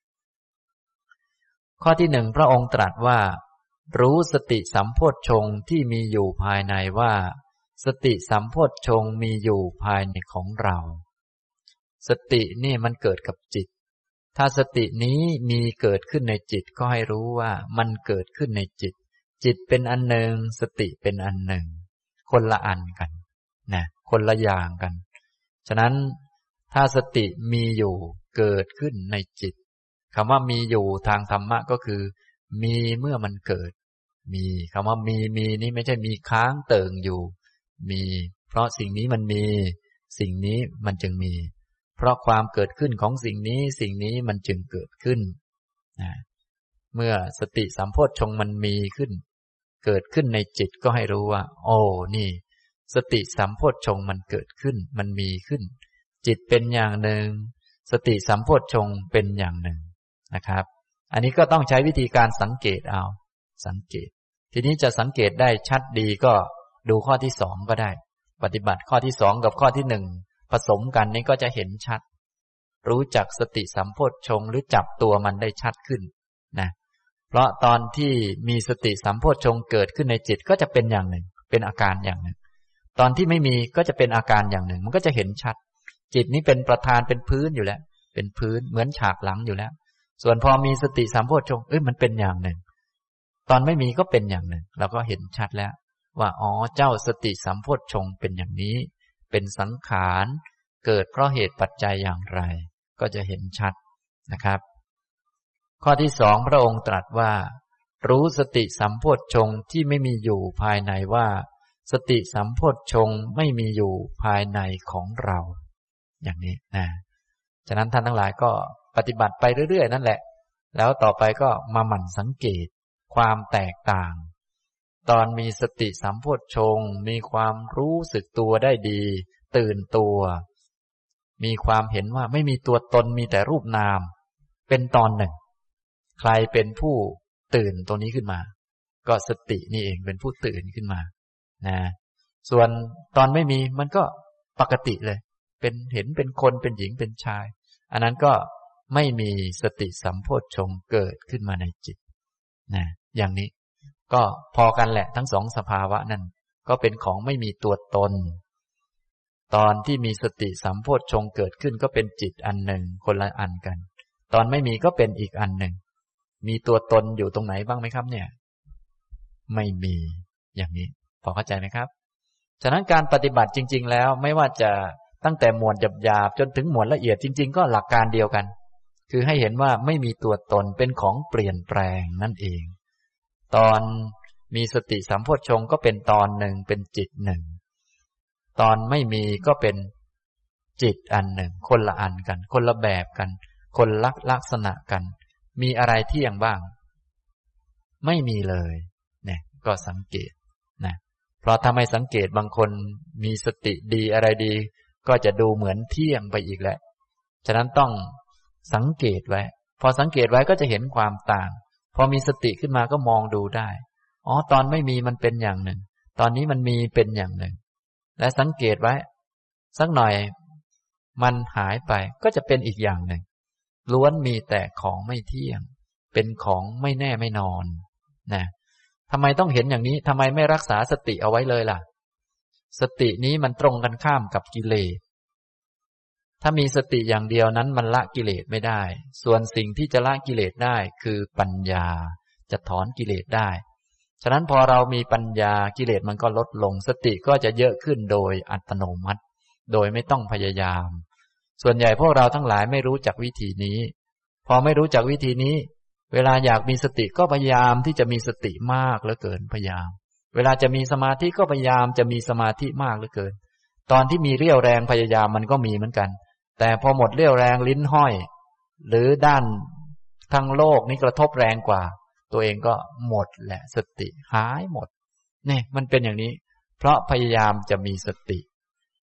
ๆข้อที่หนึ่งพระองค์ตรัสว่ารู้สติสัมโพชฌงค์ที่มีอยู่ภายในว่าสติสัมโพชฌงค์มีอยู่ภายในของเราสตินี่มันเกิดกับจิตถ้าสตินี้มีเกิดขึ้นในจิตก็ให้รู้ว่ามันเกิดขึ้นในจิตจิตเป็นอันหนึ่งสติเป็นอันหนึ่งคนละอันกันนะคนละอย่างกันฉะนั้นถ้าสติมีอยู่เกิดขึ้นในจิตคำว่ามีอยู่ทางธรรมะก็คือมีเมื่อมันเกิดมีคำว่ามีมีนี้ไม่ใช่มีค้างเติ่งอยู่มีเพราะสิ่งนี้มันมีสิ่งนี้มันจึงมีเพราะความเกิดขึ้นของสิ่งนี้สิ่งนี้มันจึงเกิดขึ้นนะเมื่อสติสัมโพชฌงค์มันมีขึ้นเกิดขึ้นในจิตก็ให้รู้ว่าโอ้นี่สติสัมโพชฌงค์มันเกิดขึ้นมันมีขึ้นจิตเป็นอย่างหนึ่งสติสัมโพชฌงค์เป็นอย่างหนึ่งนะครับอันนี้ก็ต้องใช้วิธีการสังเกตเอาสังเกตทีนี้จะสังเกตได้ชัดดีก็ดูข้อที่สองก็ได้ปฏิบัติข้อที่สองกับข้อที่หนึ่งผสมกันนี้ก็จะเห็นชัดรู้จักสติสัมโพชฌงค์หรือจับตัวมันได้ชัดขึ้นนะเพราะตอนที่มีสติสัมโพชฌงค์เกิดขึ้นในจิตก็จะเป็นอย่างหนึ่งเป็นอาการอย่างหนึ่งตอนที่ไม่มีก็จะเป็นอาการอย่างหนึ่งมันก็จะเห็นชัดจิตนี้เป็นประธานเป็นพื้นอยู่แล้วเป็นพื้นเหมือนฉากหลังอยู่แล้วส่วนพอมีสติสัมโพชฌงค์เอ้ยมันเป็นอย่างหนึ่งตอนไม่มีก็เป็นอย่างหนึ่งเราก็เห็นชัดแล้วว่าอ๋อเจ้าสติสัมโพชฌงค์เป็นอย่างนี้เป็นสังขารเกิดเพราะเหตุปัจจัยอย่างไรก็จะเห็นชัดนะครับข้อที่สองพระองค์ตรัสว่ารู้สติสัมโพชฌงค์ที่ไม่มีอยู่ภายในว่าสติสัมโพชฌงค์ไม่มีอยู่ภายในของเราอย่างนี้นะฉะนั้นท่านทั้งหลายก็ปฏิบัติไปเรื่อยๆนั่นแหละแล้วต่อไปก็มาหมั่นสังเกตความแตกต่างตอนมีสติสัมโพชฌงค์มีความรู้สึกตัวได้ดีตื่นตัวมีความเห็นว่าไม่มีตัวตนมีแต่รูปนามเป็นตอนหนึ่งใครเป็นผู้ตื่นตัวนี้ขึ้นมาก็สตินี่เองเป็นผู้ตื่นขึ้นมานะส่วนตอนไม่มีมันก็ปกติเลยเป็นเห็นเป็นคนเป็นหญิงเป็นชายอันนั้นก็ไม่มีสติสัมโพชฌงค์เกิดขึ้นมาในจิตนะอย่างนี้ก็พอกันแหละทั้งสองสภาวะนั่นก็เป็นของไม่มีตัวตนตอนที่มีสติสัมโพชฌงค์เกิดขึ้นก็เป็นจิตอันหนึ่งคนละอันกันตอนไม่มีก็เป็นอีกอันหนึ่งมีตัวตนอยู่ตรงไหนบ้างไหมครับเนี่ยไม่มีอย่างนี้พอเข้าใจไหมครับฉะนั้นการปฏิบัติจริงๆแล้วไม่ว่าจะตั้งแต่หมวดหยาบๆจนถึงหมวดละเอียดจริงๆก็หลักการเดียวกันคือให้เห็นว่าไม่มีตัวตนเป็นของเปลี่ยนแปลงนั่นเองตอนมีสติสัมโพชฌงค์ก็เป็นตอนหนึ่งเป็นจิตหนึ่งตอนไม่มีก็เป็นจิตอันหนึ่งคนละอันกันคนละแบบกันคนละลักษณะกันมีอะไรเที่ยงบ้างไม่มีเลยเนี่ยก็สังเกตนะเพราะถ้าไม่สังเกตบางคนมีสติดีอะไรดีก็จะดูเหมือนเที่ยงไปอีกแหละฉะนั้นต้องสังเกตไว้พอสังเกตไว้ก็จะเห็นความต่างพอมีสติขึ้นมาก็มองดูได้อ๋อตอนไม่มีมันเป็นอย่างหนึ่งตอนนี้มันมีเป็นอย่างหนึ่งและสังเกตไว้สักหน่อยมันหายไปก็จะเป็นอีกอย่างหนึ่งล้วนมีแต่ของไม่เที่ยงเป็นของไม่แน่ไม่นอนนะทำไมต้องเห็นอย่างนี้ทำไมไม่รักษาสติเอาไว้เลยล่ะสตินี้มันตรงกันข้ามกับกิเลสถ้ามีสติอย่างเดียวนั้นมันละกิเลสไม่ได้ส่วนสิ่งที่จะละกิเลสได้คือปัญญาจะถอนกิเลสได้ฉะนั้นพอเรามีปัญญากิเลสมันก็ลดลงสติก็จะเยอะขึ้นโดยอัตโนมัติโดยไม่ต้องพยายามส่วนใหญ่พวกเราทั้งหลายไม่รู้จักวิธีนี้พอไม่รู้จักวิธีนี้เวลาอยากมีสติก็พยายามที่จะมีสติมากเหลือเกินพยายามเวลาจะมีสมาธิก็พยายามจะมีสมาธิมากเหลือเกินตอนที่มีเรี่ยวแรงพยายามมันก็มีเหมือนกันแต่พอหมดเรี่ยวแรงลิ้นห้อยหรือด้านทางโลกนี้กระทบแรงกว่าตัวเองก็หมดแหละสติหายหมดเนี่ยมันเป็นอย่างนี้เพราะพยายามจะมีสติ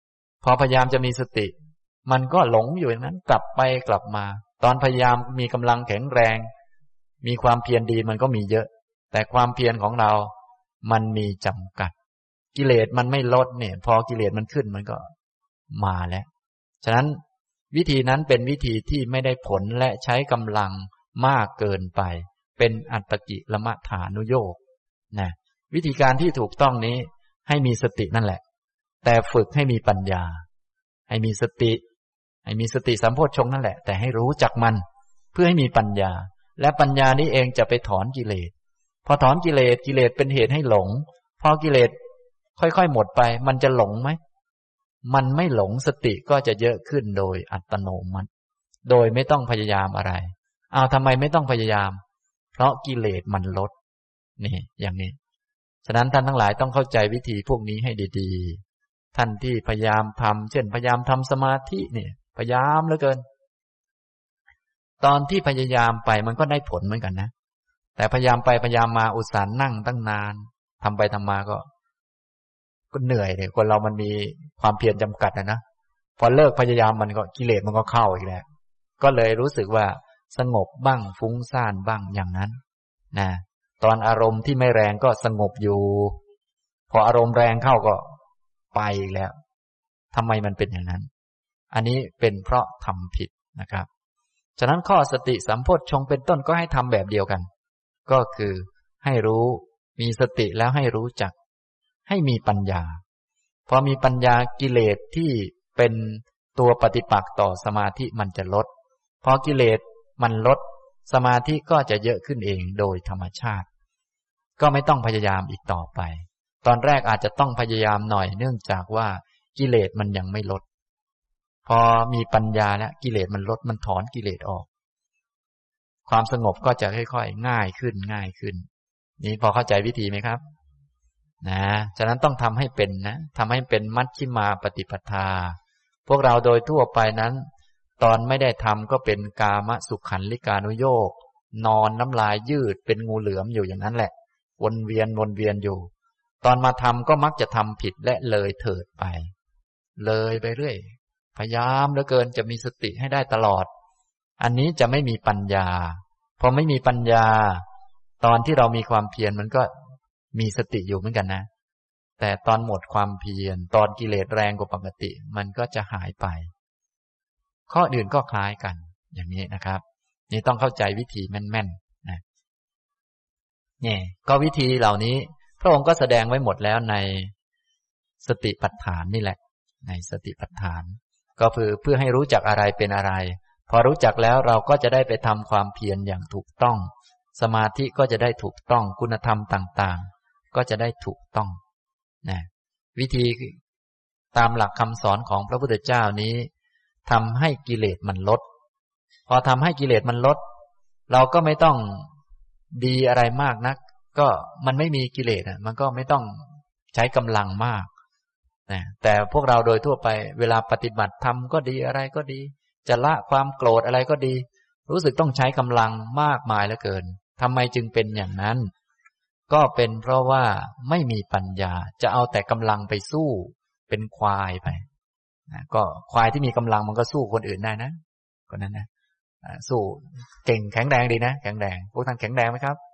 พอพยายามจะมีสติมันก็หลงอยู่อย่างนั้นกลับไปกลับมาตอนพยายามมีกำลังแข็งแรงมีความเพียรดีมันก็มีเยอะแต่ความเพียรของเรามันมีจำกัดกิเลสมันไม่ลดเนี่ยพอกิเลสมันขึ้นมันก็มาแล้วฉะนั้นวิธีนั้นเป็นวิธีที่ไม่ได้ผลและใช้กำลังมากเกินไปเป็นอัตตกิลมัฏฐานุโยคนะวิธีการที่ถูกต้องนี้ให้มีสตินั่นแหละแต่ฝึกให้มีปัญญาให้มีสติให้มีสติสัมโพชฌงค์นั่นแหละแต่ให้รู้จักมันเพื่อให้มีปัญญาและปัญญานี้เองจะไปถอนกิเลสพอถอนกิเลสกิเลสเป็นเหตุให้หลงพอกิเลสค่อยๆหมดไปมันจะหลงไหมมันไม่หลงสติก็จะเยอะขึ้นโดยอัตโนมัติโดยไม่ต้องพยายามอะไรอ้าวทำไมไม่ต้องพยายามเพราะกิเลสมันลดนี่อย่างนี้ฉะนั้นท่านทั้งหลายต้องเข้าใจวิธีพวกนี้ให้ดีๆท่านที่พยายามทำเช่นพยายามทำสมาธิเนี่ยพยายามเหลือเกินตอนที่พยายามไปมันก็ได้ผลเหมือนกันนะแต่พยายามไปพยายามมาอุตส่าห์นั่งตั้งนานทำไปทำมาก็ก็เหนื่อยเลยคนเรามันมีความเพียรจำกัดนะนะพอเลิกพยายามมันก็กิเลสมันก็เข้าอีกแล้วก็เลยรู้สึกว่าสงบบ้างฟุ้งซ่านบ้างอย่างนั้นนะตอนอารมณ์ที่ไม่แรงก็สงบอยู่พออารมณ์แรงเข้าก็ไปอีกแล้วทำไมมันเป็นอย่างนั้นอันนี้เป็นเพราะทำผิดนะครับฉะนั้นข้อสติสัมโพชฌงค์เป็นต้นก็ให้ทำแบบเดียวกันก็คือให้รู้มีสติแล้วให้รู้จักให้มีปัญญาพอมีปัญญากิเลสที่เป็นตัวปฏิปักษ์ต่อสมาธิมันจะลดพอกิเลสมันลดสมาธิก็จะเยอะขึ้นเองโดยธรรมชาติก็ไม่ต้องพยายามอีกต่อไปตอนแรกอาจจะต้องพยายามหน่อยเนื่องจากว่ากิเลสมันยังไม่ลดพอมีปัญญาแล้วกิเลสมันลดมันถอนกิเลสออกความสงบก็จะค่อยๆง่ายขึ้นง่ายขึ้นนี้พอเข้าใจวิธีไหมครับนะฉะนั้นต้องทำให้เป็นนะทำให้เป็นมัชฌิมาปฏิปทาพวกเราโดยทั่วไปนั้นตอนไม่ได้ทำก็เป็นกามสุขันลิกานุโยคนอนน้ำลายยืดเป็นงูเหลือมอยู่อย่างนั้นแหละวนเวียนวนเวียนอยู่ตอนมาทำก็มักจะทำผิดและเลยเถิดไปเลยไปเรื่อยพยายามเหลือเกินจะมีสติให้ได้ตลอดอันนี้จะไม่มีปัญญาพอไม่มีปัญญาตอนที่เรามีความเพียรมันก็มีสติอยู่เหมือนกันนะแต่ตอนหมดความเพียรตอนกิเลสแรงกว่าปกติมันก็จะหายไปข้ออื่นก็คล้ายกันอย่างนี้นะครับนี่ต้องเข้าใจวิธีแม่นๆนะนี่ก็วิธีเหล่านี้พระองค์ก็แสดงไว้หมดแล้วในสติปัฏฐานนี่แหละในสติปัฏฐานก็คือเพื่อให้รู้จักอะไรเป็นอะไรพอรู้จักแล้วเราก็จะได้ไปทำความเพียรอย่างถูกต้องสมาธิก็จะได้ถูกต้องคุณธรรมต่างๆก็จะได้ถูกต้องนะวิธีตามหลักคำสอนของพระพุทธเจ้านี้ทำให้กิเลสมันลดพอทำให้กิเลสมันลดเราก็ไม่ต้องดีอะไรมากนักก็มันไม่มีกิเลสอ่ะมันก็ไม่ต้องใช้กำลังมากนะแต่พวกเราโดยทั่วไปเวลาปฏิบัติธรรมก็ดีอะไรก็ดีจะละความโกรธอะไรก็ดีรู้สึกต้องใช้กำลังมากมายเหลือเกินทำไมจึงเป็นอย่างนั้นก็เป็นเพราะว่าไม่มีปัญญาจะเอาแต่กำลังไปสู้เป็นควายไปนะก็ควายที่มีกำลังมันก็สู้คนอื่นได้นะก็นั้นนะสู้เก่งแข็งแรงดีนะแข็งแรงพวกท่านแข็งแรงไหมครับ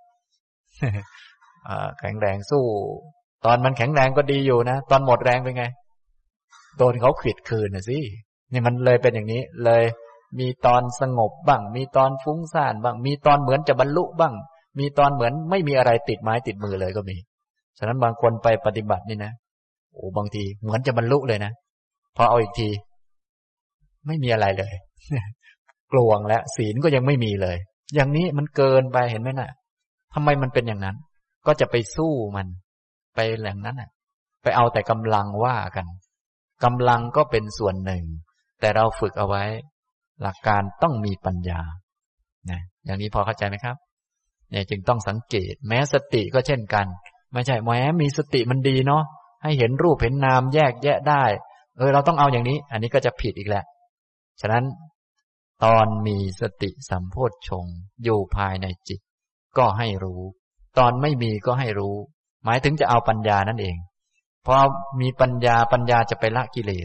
แข็งแรงสู้ตอนมันแข็งแรงก็ดีอยู่นะตอนหมดแรงเป็นไงโดนเขาขวิดคืนน่ะสินี่มันเลยเป็นอย่างนี้เลยมีตอนสงบบ้างมีตอนฟุ้งซ่านบ้างมีตอนเหมือนจะบรรลุบ้างมีตอนเหมือนไม่มีอะไรติดไม้ติดมือเลยก็มีฉะนั้นบางคนไปปฏิบัตินี่นะโอ้บางทีเหมือนจะบรรลุเลยนะพอเอาอีกทีไม่มีอะไรเลย กลวงแล้วศีลก็ยังไม่มีเลยอย่างนี้มันเกินไปเห็นไหมน่ะทำไมมันเป็นอย่างนั้นก็จะไปสู้มันไปแหล่งนั้นน่ะไปเอาแต่กำลังว่ากันกำลังก็เป็นส่วนหนึ่งแต่เราฝึกเอาไว้หลักการต้องมีปัญญานะอย่างนี้พอเข้าใจไหมครับเนี่ยจึงต้องสังเกตแม้สติก็เช่นกันไม่ใช่แม้มีสติมันดีเนาะให้เห็นรูปเห็นนามแยกแยะได้เออเราต้องเอาอย่างนี้อันนี้ก็จะผิดอีกแหละฉะนั้นตอนมีสติสัมโพชฌงค์อยู่ภายในจิตก็ให้รู้ตอนไม่มีก็ให้รู้หมายถึงจะเอาปัญญานั่นเองพอมีปัญญาปัญญาจะไปละกิเลส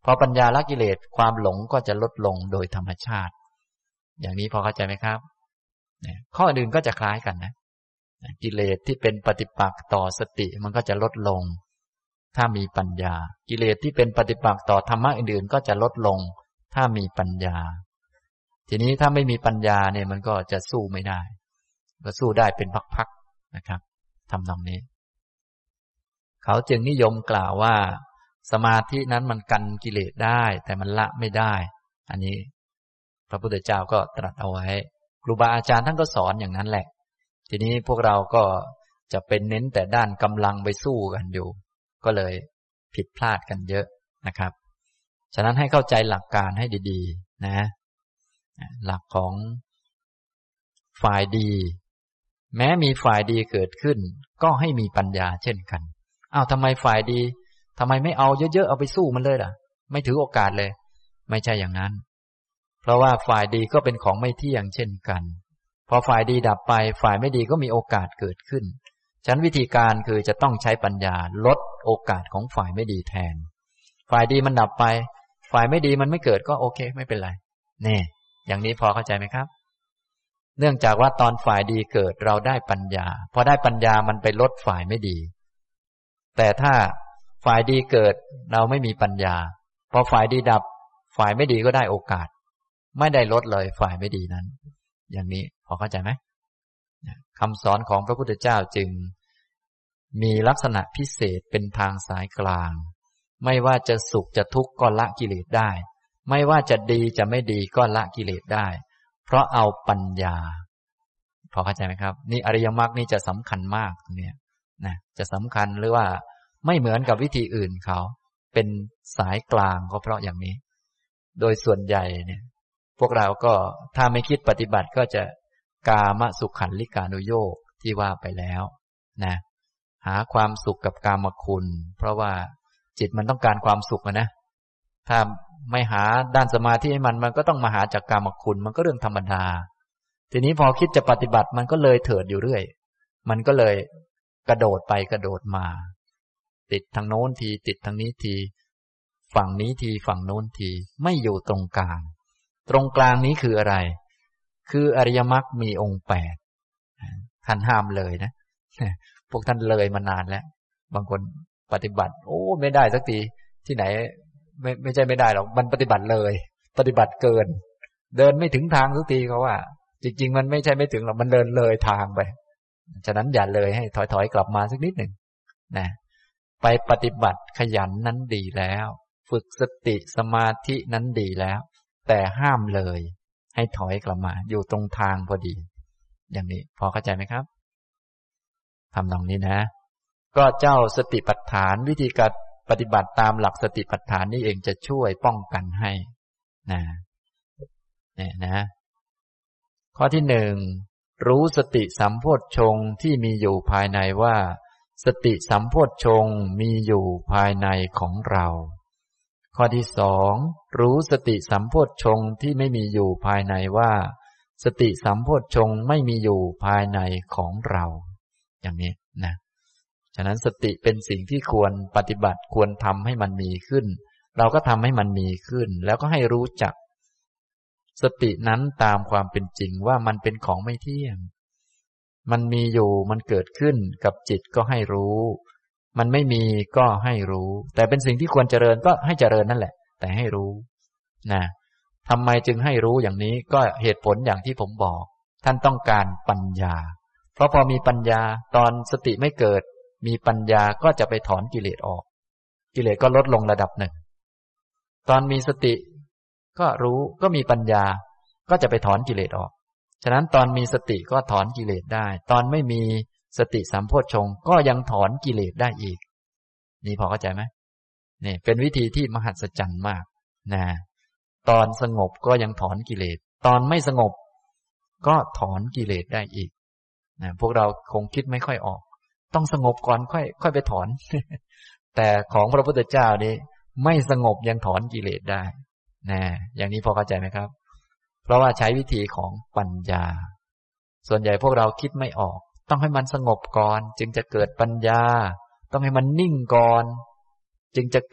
พอปัญญาละกิเลสความหลงก็จะลดลงโดยธรรมชาติอย่างนี้พอเข้าใจไหมครับข้ออื่นก็จะคล้ายกันนะกิเลสที่เป็นปฏิปักษ์ต่อสติมันก็จะลดลงถ้ามีปัญญากิเลสที่เป็นปฏิปักษ์ต่อธรรมะอื่นๆก็จะลดลงถ้ามีปัญญาทีนี้ถ้าไม่มีปัญญาเนี่ยมันก็จะสู้ไม่ได้ก็สู้ได้เป็นพักๆนะครับทำตรงนี้เขาจึงนิยมกล่าวว่าสมาธินั้นมันกันกิเลสได้แต่มันละไม่ได้อันนี้พระพุทธเจ้าก็ตรัสเอาไว้ครูบาอาจารย์ท่านก็สอนอย่างนั้นแหละทีนี้พวกเราก็จะเป็นเน้นแต่ด้านกำลังไปสู้กันอยู่ก็เลยผิดพลาดกันเยอะนะครับฉะนั้นให้เข้าใจหลักการให้ดีๆนะหลักของฝ่ายดีแม้มีฝ่ายดีเกิดขึ้นก็ให้มีปัญญาเช่นกันอ้าวทำไมฝ่ายดีทำไมไม่เอาเยอะๆเอาไปสู้มันเลยล่ะไม่ถือโอกาสเลยไม่ใช่อย่างนั้นเพราะว่าฝ่ายดีก็เป็นของไม่เที่ยงเช่นกันพอฝ่ายดีดับไปฝ่ายไม่ดีก็มีโอกาสเกิดขึ้นฉะนั้นวิธีการคือจะต้องใช้ปัญญาลดโอกาสของฝ่ายไม่ดีแทนฝ่ายดีมันดับไปฝ่ายไม่ดีมันไม่เกิดก็โอเคไม่เป็นไรนี่อย่างนี้พอเข้าใจไหมครับเนื่องจากว่าตอนฝ่ายดีเกิดเราได้ปัญญาพอได้ปัญญามันไปลดฝ่ายไม่ดีแต่ถ้าฝ่ายดีเกิดเราไม่มีปัญญาพอฝ่ายดีดับฝ่ายไม่ดีก็ได้โอกาสไม่ได้ลดเลยฝ่ายไม่ดีนั้นอย่างนี้พอเข้าใจไหมคำสอนของพระพุทธเจ้าจึงมีลักษณะพิเศษเป็นทางสายกลางไม่ว่าจะสุขจะทุกข์ก็ละกิเลสได้ไม่ว่าจะดีจะไม่ดีก็ละกิเลสได้เพราะเอาปัญญาพอเข้าใจไหมครับนี่อริยมรรคนี่จะสำคัญมากตรงนี้นะจะสำคัญหรือว่าไม่เหมือนกับวิธีอื่นเขาเป็นสายกลางก็เพราะอย่างนี้โดยส่วนใหญ่เนี่ยพวกเราก็ถ้าไม่คิดปฏิบัติก็จะกามสุขันลิกานุโยคที่ว่าไปแล้วนะหาความสุขกับกามคุณเพราะว่าจิตมันต้องการความสุขนะถ้าไม่หาด้านสมาธิให้มันมันก็ต้องมาหาจากกามคุณมันก็เรื่องธรรมดาทีนี้พอคิดจะปฏิบัติมันก็เลยเถิดอยู่เรื่อยมันก็เลยกระโดดไปกระโดดมาติดทางโน้นทีติดทางนี้ทีฝั่งนี้ทีฝั่งโน้นทีไม่อยู่ตรงกลางตรงกลางนี้คืออะไรคืออริยมรรคมีองค์แปดท่านห้ามเลยนะพวกท่านเลยมานานแล้วบางคนปฏิบัติโอ้ไม่ได้สักทีที่ไหนไม่ไม่ใช่ไม่ได้หรอกมันปฏิบัติเลยปฏิบัติเกินเดินไม่ถึงทางสักทีเขาว่าจริงๆมันไม่ใช่ไม่ถึงหรอกมันเดินเลยทางไปฉะนั้นอย่าเลยให้ถอยๆกลับมาสักนิดหนึ่งนะไปปฏิบัติขยันนั้นดีแล้วฝึกสติสมาธินั้นดีแล้วแต่ห้ามเลยให้ถอยกลับมาอยู่ตรงทางพอดีอย่างนี้พอเข้าใจไหมครับทำตรงนี้นะก็เจ้าสติปัฏฐานวิธีการปฏิบัติตามหลักสติปัฏฐานนี่เองจะช่วยป้องกันให้นะเนี่ยนะข้อที่หนึ่งรู้สติสัมโพชฌงค์ที่มีอยู่ภายในว่าสติสัมโพชฌงค์มีอยู่ภายในของเราข้อที่สองรู้สติสัมโพชฌงค์ที่ไม่มีอยู่ภายในว่าสติสัมโพชฌงค์ไม่มีอยู่ภายในของเราอย่างนี้นะฉะนั้นสติเป็นสิ่งที่ควรปฏิบัติควรทำให้มันมีขึ้นเราก็ทำให้มันมีขึ้นแล้วก็ให้รู้จักสตินั้นตามความเป็นจริงว่ามันเป็นของไม่เที่ยงมันมีอยู่มันเกิดขึ้นกับจิตก็ให้รู้มันไม่มีก็ให้รู้แต่เป็นสิ่งที่ควรเจริญก็ให้เจริญนั่นแหละแต่ให้รู้นะทำไมจึงให้รู้อย่างนี้ก็เหตุผลอย่างที่ผมบอกท่านต้องการปัญญาเพราะพอมีปัญญาตอนสติไม่เกิดมีปัญญาก็จะไปถอนกิเลสออกกิเลสก็ลดลงระดับหนึ่งตอนมีสติก็รู้ก็มีปัญญาก็จะไปถอนกิเลสออกฉะนั้นตอนมีสติก็ถอนกิเลสได้ตอนไม่มีสติสัมโพชฌงค์ก็ยังถอนกิเลสได้อีกนี่พอเข้าใจไหมนี่เป็นวิธีที่มหัศจรรย์มากนะตอนสงบก็ยังถอนกิเลสตอนไม่สงบก็ถอนกิเลสได้อีกนะพวกเราคงคิดไม่ค่อยออกต้องสงบก่อนค่อยค่อยไปถอน แต่ของพระพุทธเจ้านี่ไม่สงบยังถอนกิเลสได้นะอย่างนี้พอเข้าใจไหมครับเพราะว่าใช้วิธีของปัญญาส่วนใหญ่พวกเราคิดไม่ออกต้องให้มันสงบก่อนจึงจะเกิดปัญญาต้องให้มันนิ่งก่อนจึงจะเกิด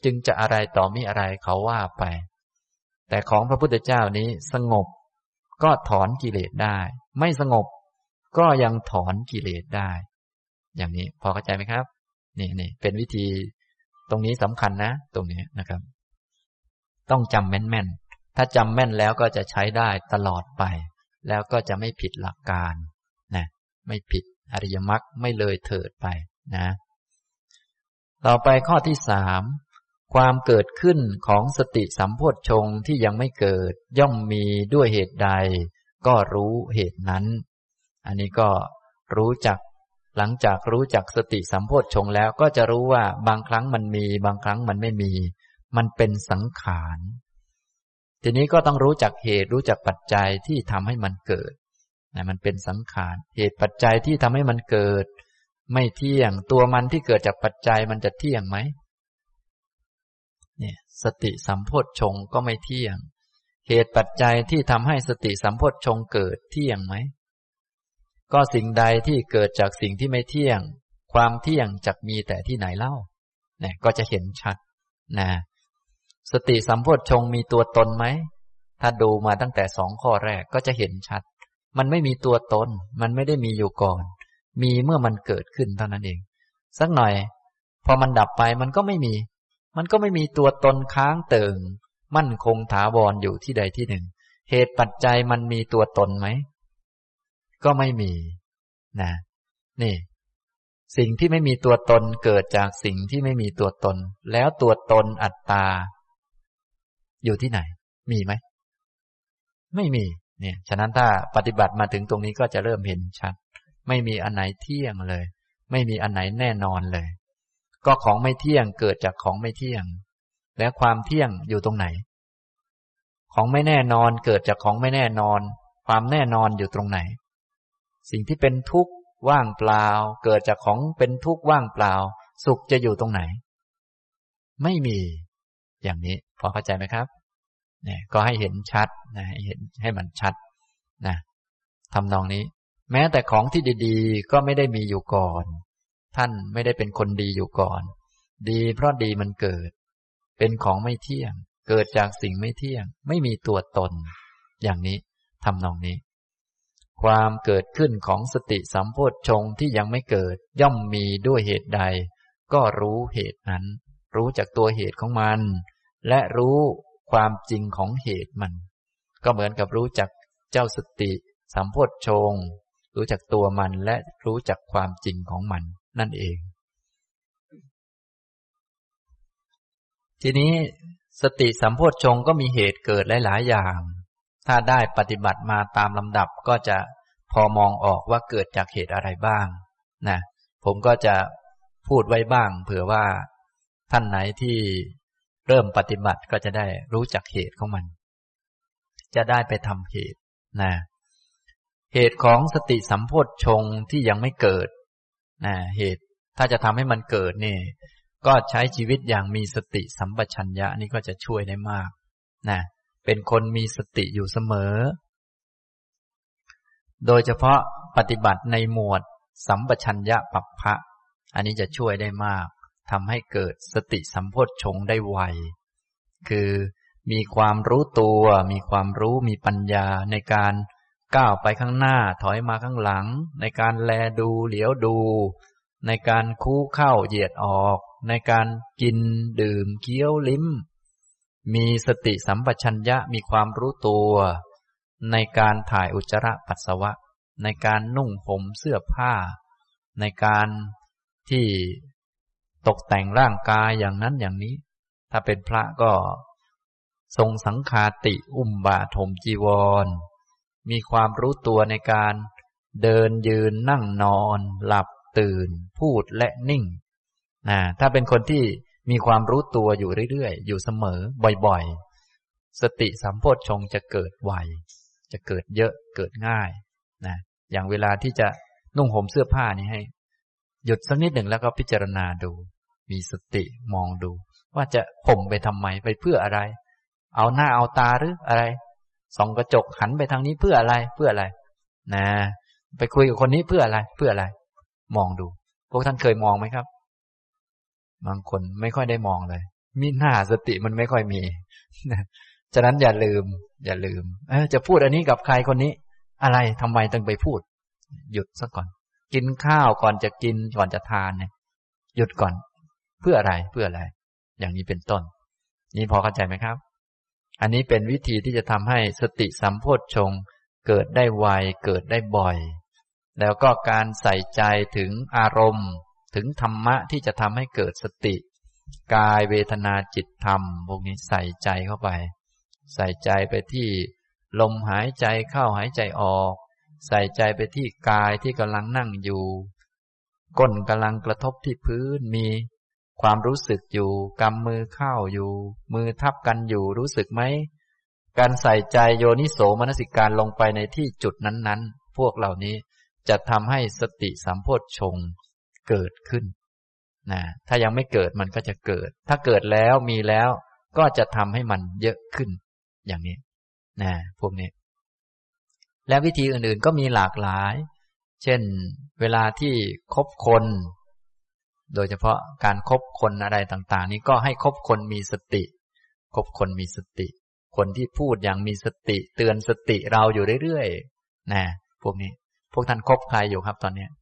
จึงจะอะไรต่อมิอะไรเขาว่าไปแต่ของพระพุทธเจ้านี้สงบก็ถอนกิเลสได้ไม่สงบก็ยังถอนกิเลสได้อย่างนี้พอเข้าใจไหมครับนี่นี่เป็นวิธีตรงนี้สำคัญนะตรงนี้นะครับต้องจำแม่นๆถ้าจำแม่นแล้วก็จะใช้ได้ตลอดไปแล้วก็จะไม่ผิดหลักการนะไม่ผิดอริยมรรคไม่เลยเถิดไปนะต่อไปข้อที่สามความเกิดขึ้นของสติสัมโพชฌงค์ที่ยังไม่เกิดย่อมมีด้วยเหตุใดก็รู้เหตุนั้นอันนี้ก็รู้จักหลังจากรู้จักสติสัมโพชฌงค์แล้วก็จะรู้ว่าบางครั้งมันมีบางครั้งมันไม่มีมันเป็นสังขารทีนี้ก็ต้องรู้จักเหตุรู้จักปัจจัยที่ทำให้มันเกิดนะมันเป็นสังขารเหตุปัจจัยที่ทำให้มันเกิดไม่เที่ยงตัวมันที่เกิดจากปัจจัยมันจะเที่ยงไหมเนี่ยสติสัมโพชฌงค์ก็ไม่เที่ยงเหตุปัจจัยที่ทำให้สติสัมโพชฌงค์เกิดเที่ยงไหมก็สิ่งใดที่เกิดจากสิ่งที่ไม่เที่ยงความเที่ยงจักมีแต่ที่ไหนเล่าเนี่ยก็จะเห็นชัดนะสติสัมโพชฌงค์มีตัวตนไหมถ้าดูมาตั้งแต่สองข้อแรกก็จะเห็นชัดมันไม่มีตัวตนมันไม่ได้มีอยู่ก่อนมีเมื่อมันเกิดขึ้นเท่านั้นเองสักหน่อยพอมันดับไปมันก็ไม่มีมันก็ไม่มีตัวตนค้างเติ่งมั่นคงถาวร อ, อยู่ที่ใดที่หนึ่งเหตุปัจจัยมันมีตัวตนไหมก็ไม่มีนะนี่สิ่งที่ไม่มีตัวตนเกิดจากสิ่งที่ไม่มีตัวตนแล้วตัวตนอัตตาอยู่ที่ไหนมีไหมไม่มีเนี่ยฉะนั้นถ้าปฏิบัติมาถึงตรงนี้ก็จะเริ่มเห็นชัดไม่มีอันไหนเที่ยงเลยไม่มีอันไหนแน่นอนเลยก็ของไม่เที่ยงเกิดจากของไม่เที่ยงและความเที่ยงอยู่ตรงไหนของไม่แน่นอนเกิดจากของไม่แน่นอนความแน่นอนอยู่ตรงไหนสิ่งที่เป็นทุกข์ว่างเปล่าเกิดจากของเป็นทุกข์ว่างเปล่าสุขจะอยู่ตรงไหนไม่มีอย่างนี้พอเข้าใจไหมครับเนี่ยก็ให้เห็นชัดนะให้เห็นให้มันชัดนะทำนองนี้แม้แต่ของที่ดีๆก็ไม่ได้มีอยู่ก่อนท่านไม่ได้เป็นคนดีอยู่ก่อนดีเพราะดีมันเกิดเป็นของไม่เที่ยงเกิดจากสิ่งไม่เที่ยงไม่มีตัวตนอย่างนี้ทำนองนี้ความเกิดขึ้นของสติสัมโพชฌงค์ที่ยังไม่เกิดย่อมมีด้วยเหตุใดก็รู้เหตุนั้นรู้จากตัวเหตุของมันและรู้ความจริงของเหตุมันก็เหมือนกับรู้จักเจ้าสติสัมโพชฌงค์รู้จักตัวมันและรู้จักความจริงของมันนั่นเองทีนี้สติสัมโพชฌงค์ก็มีเหตุเกิดหลายๆอย่างถ้าได้ปฏิบัติมาตามลำดับก็จะพอมองออกว่าเกิดจากเหตุอะไรบ้างนะผมก็จะพูดไว้บ้างเผื่อว่าท่านไหนที่เริ่มปฏิบัติก็จะได้รู้จักเหตุของมันจะได้ไปทำเหตุนะเหตุของสติสัมโพชฌงค์ที่ยังไม่เกิดนะเหตุถ้าจะทำให้มันเกิดนี่ก็ใช้ชีวิตอย่างมีสติสัมปชัญญะนี่ก็จะช่วยได้มากนะเป็นคนมีสติอยู่เสมอโดยเฉพาะปฏิบัติในหมวดสัมปชัญญะปัปพะอันนี้จะช่วยได้มากทำให้เกิดสติสัมโพชฌงค์ได้ไวคือมีความรู้ตัวมีความรู้มีปัญญาในการก้าวไปข้างหน้าถอยมาข้างหลังในการแลดูเหลียวดูในการคู่เข้าเหยียดออกในการกินดื่มเคี้ยวลิ้มมีสติสัมปชัญญะมีความรู้ตัวในการถ่ายอุจจาระปัสสาวะในการนุ่งห่มเสื้อผ้าในการที่ตกแต่งร่างกายอย่างนั้นอย่างนี้ถ้าเป็นพระก็ทรงสังฆาติอุ้มบาทห่มจีวรมีความรู้ตัวในการเดินยืนนั่งนอนหลับตื่นพูดและนิ่งนะถ้าเป็นคนที่มีความรู้ตัวอยู่เรื่อยๆอยู่เสมอบ่อยๆสติสัมโพชฌงค์จะเกิดไวจะเกิดเยอะเกิดง่ายนะอย่างเวลาที่จะนุ่งห่มเสื้อผ้านี่ให้หยุดสักนิดหนึ่งแล้วก็พิจารณาดูมีสติมองดูว่าจะห่มไปทำไมไปเพื่ออะไรเอาหน้าเอาตาหรืออะไรส่องกระจกหันไปทางนี้เพื่ออะไรเพื่ออะไรนะไปคุยกับคนนี้เพื่ออะไรเพื่ออะไรมองดูพวกท่านเคยมองไหมครับบางคนไม่ค่อยได้มองเลยมีหน้าสติมันไม่ค่อยมีฉะนั้นอย่าลืมอย่าลืมเออจะพูดอันนี้กับใครคนนี้อะไรทำไมต้องไปพูดหยุดซะก่อนกินข้าวก่อนจะกินก่อนจะทานเนี่ยหยุดก่อนเพื่ออะไรเพื่ออะไรอย่างนี้เป็นต้นนี่พอเข้าใจไหมครับอันนี้เป็นวิธีที่จะทำให้สติสัมโพชฌงค์เกิดได้ไวเกิดได้บ่อยแล้วก็การใส่ใจถึงอารมณ์ถึงธรรมะที่จะทำให้เกิดสติกายเวทนาจิตธรรมพวกนี้ใส่ใจเข้าไปใส่ใจไปที่ลมหายใจเข้าหายใจออกใส่ใจไปที่กายที่กำลังนั่งอยู่ก้นกำลังกระทบที่พื้นมีความรู้สึกอยู่กำมือเข้าอยู่มือทับกันอยู่รู้สึกไหมการใส่ใจโยนิโสมนสิการลงไปในที่จุดนั้นๆพวกเหล่านี้จะทำให้สติสัมโพชฌงค์เกิดขึ้นนะถ้ายังไม่เกิดมันก็จะเกิดถ้าเกิดแล้วมีแล้วก็จะทำให้มันเยอะขึ้นอย่างนี้นะพวกนี้และวิธีอื่นๆก็มีหลากหลายเช่นเวลาที่คบคนโดยเฉพาะการคบคนอะไรต่างๆนี้ก็ให้คบคนมีสติคบคนมีสติคนที่พูดอย่างมีสติเตือนสติเราอยู่เรื่อยๆนะพวกนี้พวกท่านคบใครอยู่ครับตอนนี้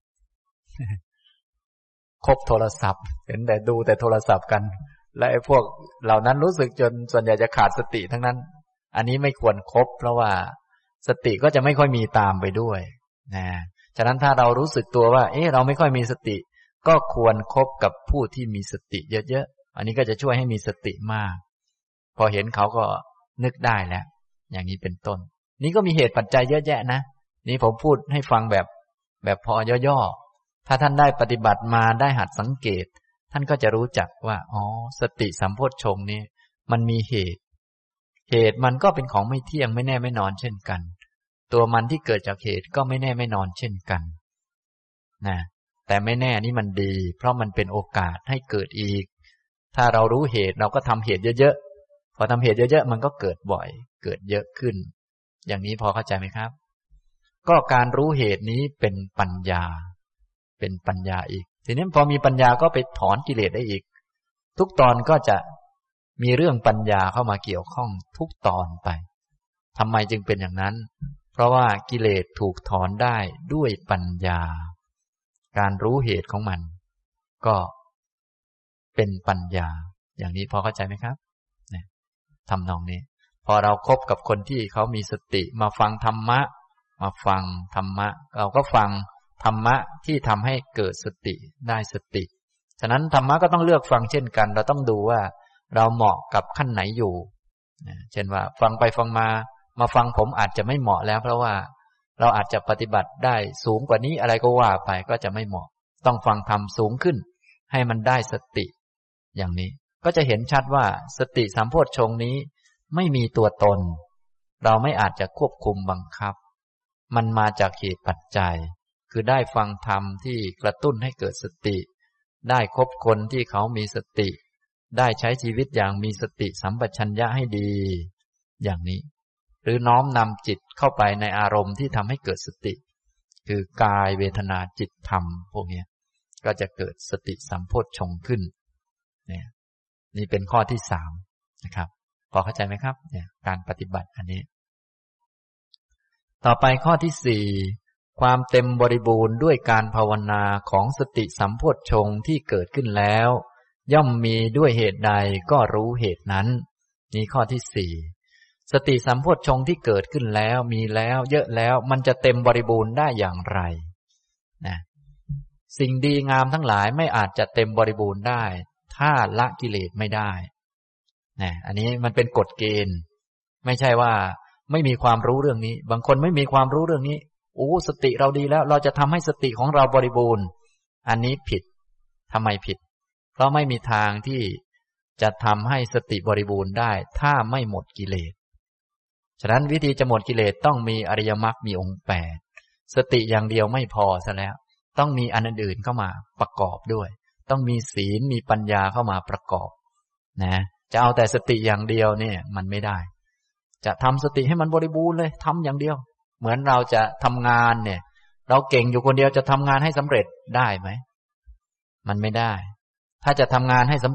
คบโทรศัพท์เห็นแต่ดูแต่โทรศัพท์กันและไอ้พวกเหล่านั้นรู้สึกจนส่วนใหญ่จะขาดสติทั้งนั้นอันนี้ไม่ควรคบเพราะว่าสติก็จะไม่ค่อยมีตามไปด้วยนะฉะนั้นถ้าเรารู้สึกตัวว่าเอ๊ะเราไม่ค่อยมีสติก็ควรคบกับผู้ที่มีสติเยอะๆอันนี้ก็จะช่วยให้มีสติมากพอเห็นเขาก็นึกได้แล้วอย่างนี้เป็นต้นนี่ก็มีเหตุปัจจัยเยอะแยะนะนี่ผมพูดให้ฟังแบบแบบพอย่อๆถ้าท่านได้ปฏิบัติมาได้หัดสังเกตท่านก็จะรู้จักว่าอ๋อสติสัมโพชฌงค์นี้มันมีเหตุเหตุมันก็เป็นของไม่เที่ยงไม่แน่ไม่นอนเช่นกันตัวมันที่เกิดจากเหตุก็ไม่แน่ไม่นอนเช่นกันนะแต่ไม่แน่นี่มันดีเพราะมันเป็นโอกาสให้เกิดอีกถ้าเรารู้เหตุเราก็ทำเหตุเยอะๆพอทำเหตุเยอะๆมันก็เกิดบ่อยเกิดเยอะขึ้นอย่างนี้พอเข้าใจไหมครับก็การรู้เหตุนี้เป็นปัญญาเป็นปัญญาอีกทีนี้พอมีปัญญาก็ไปถอนกิเลสได้อีกทุกตอนก็จะมีเรื่องปัญญาเข้ามาเกี่ยวข้องทุกตอนไปทำไมจึงเป็นอย่างนั้นเพราะว่ากิเลสถูกถอนได้ด้วยปัญญาการรู้เหตุของมันก็เป็นปัญญาอย่างนี้พอเข้าใจไหมครับเนี่ยทำนองนี้พอเราครบกับคนที่เขามีสติมาฟังธรรมะมาฟังธรรมะเราก็ฟังธรรมะที่ทำให้เกิดสติได้สติฉะนั้นธรรมะก็ต้องเลือกฟังเช่นกันเราต้องดูว่าเราเหมาะกับขั้นไหนอยู่เช่นว่าฟังไปฟังมามาฟังผมอาจจะไม่เหมาะแล้วเพราะว่าเราอาจจะปฏิบัติได้สูงกว่านี้อะไรก็ว่าไปก็จะไม่เหมาะต้องฟังธรรมสูงขึ้นให้มันได้สติอย่างนี้ก็จะเห็นชัดว่าสติสัมโพชฌงค์นี้ไม่มีตัวตนเราไม่อาจจะควบคุมบังคับมันมาจากเหตุปัจจัยคือได้ฟังธรรมที่กระตุ้นให้เกิดสติได้คบคนที่เขามีสติได้ใช้ชีวิตอย่างมีสติสัมปชัญญะให้ดีอย่างนี้หรือน้อมนำจิตเข้าไปในอารมณ์ที่ทำให้เกิดสติคือกายเวทนาจิตธรรมพวกนี้ก็จะเกิดสติสัมโพชฌงค์ขึ้นเนี่ยนี่เป็นข้อที่สามนะครับพอเข้าใจไหมครับเนี่ยการปฏิบัติอันนี้ต่อไปข้อที่สี่ความเต็มบริบูรณ์ด้วยการภาวนาของสติสัมโพชฌงค์ที่เกิดขึ้นแล้วย่อมมีด้วยเหตุใดก็รู้เหตุนั้นนี่ข้อที่สี่สติสัมโพชฌงค์ที่เกิดขึ้นแล้วมีแล้วเยอะแล้วมันจะเต็มบริบูรณ์ได้อย่างไรนะสิ่งดีงามทั้งหลายไม่อาจจะเต็มบริบูรณ์ได้ถ้าละกิเลสไม่ได้นะอันนี้มันเป็นกฎเกณฑ์ไม่ใช่ว่าไม่มีความรู้เรื่องนี้บางคนไม่มีความรู้เรื่องนี้โอ้สติเราดีแล้วเราจะทำให้สติของเราบริบูรณ์อันนี้ผิดทำไมผิดเพราะไม่มีทางที่จะทำให้สติบริบูรณ์ได้ถ้าไม่หมดกิเลสฉะนั้นวิธีจะหมดกิเลสต้องมีอริยมรรคมีองค์แปดสติอย่างเดียวไม่พอซะแล้วต้องมีอันอื่นๆเข้ามาประกอบด้วยต้องมีศีลมีปัญญาเข้ามาประกอบนะจะเอาแต่สติอย่างเดียวเนี่ยมันไม่ได้จะทำสติให้มันบริบูรณ์เลยทำอย่างเดียวเหมือนเราจะทำงานเนี่ยเราเก่งอยู่คนเดียวจะทำงานให้สำเร็จได้ไหมมันไม่ได้ถ้าจะทำงานให้สำเร็จ